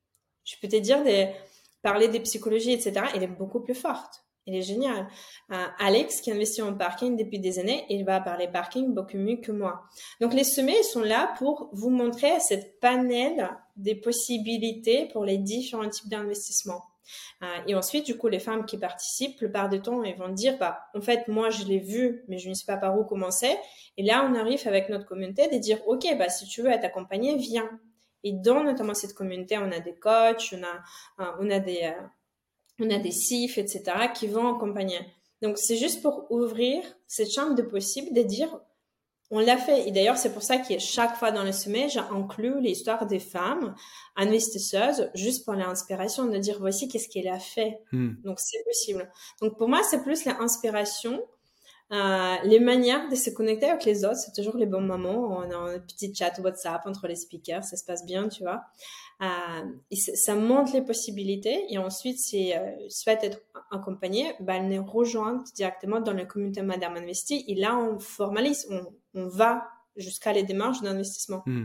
Je peux te dire, de parler des psychologies, et cetera, il est beaucoup plus forte. Il est génial. Euh, Alex, qui investit en parking depuis des années, il va parler parking beaucoup mieux que moi. Donc, les sommets, ils sont là pour vous montrer cette panel des possibilités pour les différents types d'investissements. Euh, et ensuite, du coup, les femmes qui participent, la plupart du temps, elles vont dire, bah, en fait, moi, je l'ai vu, mais je ne sais pas par où commencer. Et là, on arrive avec notre communauté de dire, OK, bah, si tu veux être accompagné, viens. Et dans notamment cette communauté, on a des coachs, on a, euh, on a des, euh, on a des C I F, et cetera, qui vont accompagner. Donc, c'est juste pour ouvrir cette chambre de possible de dire, on l'a fait. Et d'ailleurs, c'est pour ça que chaque fois dans le sommet, j'inclus l'histoire des femmes investisseuses juste pour l'inspiration, de dire voici qu'est-ce qu'elle a fait. Mm. Donc, c'est possible. Donc, pour moi, c'est plus l'inspiration, euh, les manières de se connecter avec les autres. C'est toujours les bons moments. On a un petit chat WhatsApp entre les speakers. Ça se passe bien, tu vois. Euh, et ça montre les possibilités. Et ensuite, si euh, souhaite être accompagnée, bah, elle nous rejoint directement dans la communauté Madame Investi. Et là, on formalise, on, on va jusqu'à les démarches d'investissement. Mmh.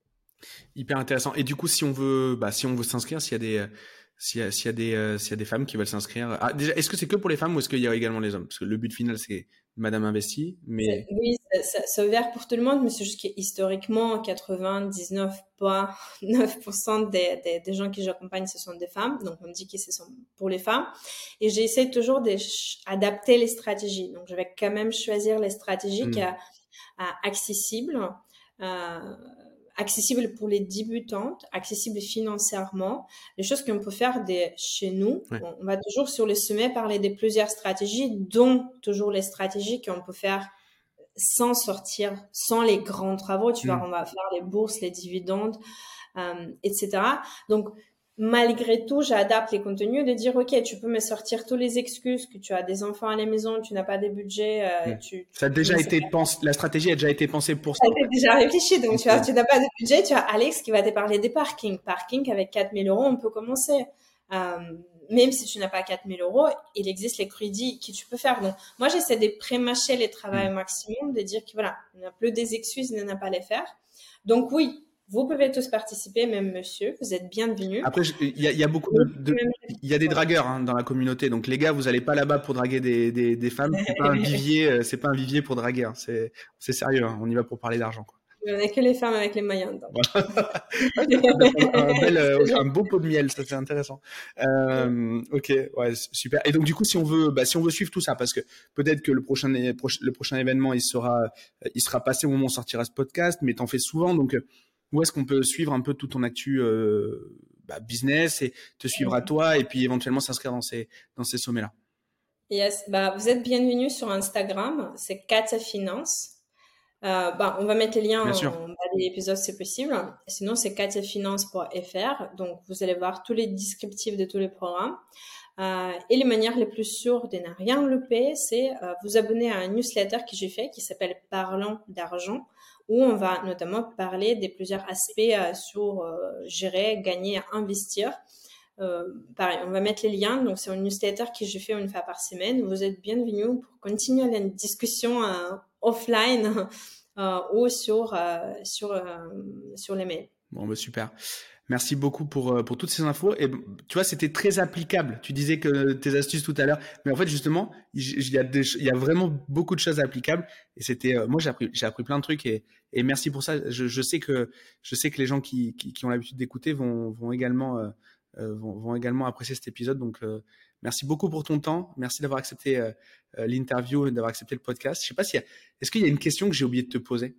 Hyper intéressant. Et du coup, si on veut, bah, si on veut s'inscrire, s'il y a des, s'il y a, s'il y a des, euh, s'il y a des femmes qui veulent s'inscrire. Ah, déjà, est-ce que c'est que pour les femmes ou est-ce qu'il y a également les hommes? Parce que le but final, c'est Madame Investi, mais... Oui, c'est, c'est ouvert pour tout le monde, mais c'est juste qu'historiquement, quatre-vingt-dix-neuf virgule neuf pour cent des, des, des gens que j'accompagne, ce sont des femmes. Donc, on dit que ce sont pour les femmes. Et j'essaie toujours d'adapter les stratégies. Donc, je vais quand même choisir les stratégies mmh. qui sont accessibles, euh, accessibles pour les débutantes, accessibles financièrement, les choses qu'on peut faire de chez nous. Ouais. On va toujours sur le sommet parler de plusieurs stratégies, dont toujours les stratégies qu'on peut faire sans sortir, sans les grands travaux. Tu mmh. vois, on va faire les bourses, les dividendes, euh, et cetera. Donc, malgré tout, j'adapte les contenus de dire, OK, tu peux me sortir toutes les excuses que tu as des enfants à la maison, tu n'as pas de budget. Euh, mmh. tu, ça a déjà été pensé, la stratégie a déjà été pensée pour ça. Ça a été déjà réfléchi. Donc, tu vois, tu n'as pas de budget, tu as Alex qui va te parler des parkings. Parking, avec quatre mille euros, on peut commencer. Euh, même si tu n'as pas quatre mille euros, il existe les crédits que tu peux faire. Donc, moi, j'essaie de pré-mâcher les travaux mmh. au maximum, de dire que voilà, il n'y a plus des excuses, il n'y en a pas à les faire. Donc, oui, vous pouvez tous participer, même monsieur, vous êtes bienvenus. Après, il y, y a beaucoup de, de il y a des dragueurs hein, dans la communauté. Donc, les gars, vous n'allez pas là-bas pour draguer des, des, des femmes. C'est pas un vivier, c'est pas un vivier pour draguer. Hein. C'est, c'est sérieux. Hein. On y va pour parler d'argent, quoi. On n'est que les femmes avec les moyens. Donc. un, un, bel, euh, un beau pot de miel, ça c'est intéressant. Euh, ok, ouais, super. Et donc du coup, si on veut, bah, si on veut suivre tout ça, parce que peut-être que le prochain, le prochain événement, il sera, il sera passé au moment où on sortira ce podcast, mais t'en fais souvent. Donc, où est-ce qu'on peut suivre un peu tout ton actu euh, bah, business et te suivre à toi, et puis éventuellement s'inscrire dans ces, dans ces sommets-là? Yes, bah, vous êtes bienvenus sur Instagram, c'est Katia Finance. Euh, bah, on va mettre les liens Bien en bas de l'épisode, c'est possible. Sinon, c'est katia finance point f r. Donc, vous allez voir tous les descriptifs de tous les programmes. Euh, et les manières les plus sûres de ne rien louper, c'est euh, vous abonner à un newsletter que j'ai fait qui s'appelle Parlons d'argent, où on va notamment parler des plusieurs aspects euh, sur euh, gérer, gagner, investir. Euh, pareil, on va mettre les liens. Donc, c'est un newsletter que je fais une fois par semaine. Vous êtes bienvenus pour continuer la discussion euh, offline euh, ou sur, euh, sur, euh, sur les mails. Bon, bah, super. Merci beaucoup pour, pour toutes ces infos. Et tu vois, c'était très applicable. Tu disais que tes astuces tout à l'heure, mais en fait, justement, il y a, des, il y a vraiment beaucoup de choses applicables. Et c'était, euh, moi, j'ai appris, j'ai appris plein de trucs et, et merci pour ça. Je, je sais que, je sais que les gens qui, qui, qui ont l'habitude d'écouter vont, vont également, euh, vont, vont également apprécier cet épisode. Donc, euh, merci beaucoup pour ton temps. Merci d'avoir accepté euh, l'interview et d'avoir accepté le podcast. Je sais pas s'il y a, est-ce qu'il y a une question que j'ai oublié de te poser?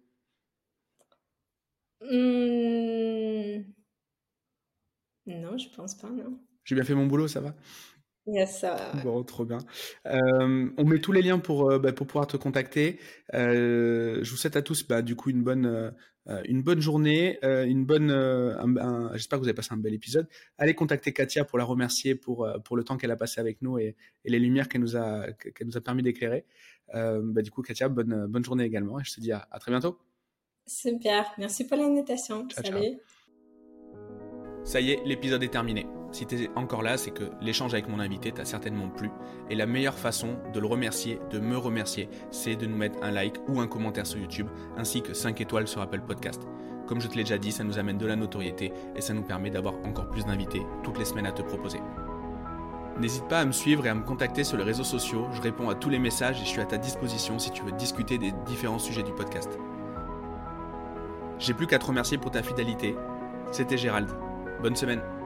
Mmh... Non, je pense pas, non. J'ai bien fait mon boulot, ça va? Yes, ça va. Ouais. Bon, trop bien. Euh, on met tous les liens pour, euh, bah, pour pouvoir te contacter. Euh, je vous souhaite à tous bah, du coup une bonne, euh, une bonne journée, euh, une bonne. Euh, un, un, j'espère que vous avez passé un bel épisode. Allez contacter Katia pour la remercier pour, pour le temps qu'elle a passé avec nous et, et les lumières qu'elle nous a, qu'elle nous a permis d'éclairer. Euh, bah, du coup, Katia, bonne, bonne journée également et je te dis à, à très bientôt. Super, merci pour l'invitation. Ciao, Salut. ciao. Ça y est, l'épisode est terminé. Si tu es encore là, c'est que l'échange avec mon invité t'a certainement plu. Et la meilleure façon de le remercier, de me remercier, c'est de nous mettre un like ou un commentaire sur YouTube, ainsi que cinq étoiles sur Apple Podcast. Comme je te l'ai déjà dit, ça nous amène de la notoriété et ça nous permet d'avoir encore plus d'invités toutes les semaines à te proposer. N'hésite pas à me suivre et à me contacter sur les réseaux sociaux. Je réponds à tous les messages et je suis à ta disposition si tu veux discuter des différents sujets du podcast. J'ai plus qu'à te remercier pour ta fidélité. C'était Gérald. Bonne semaine.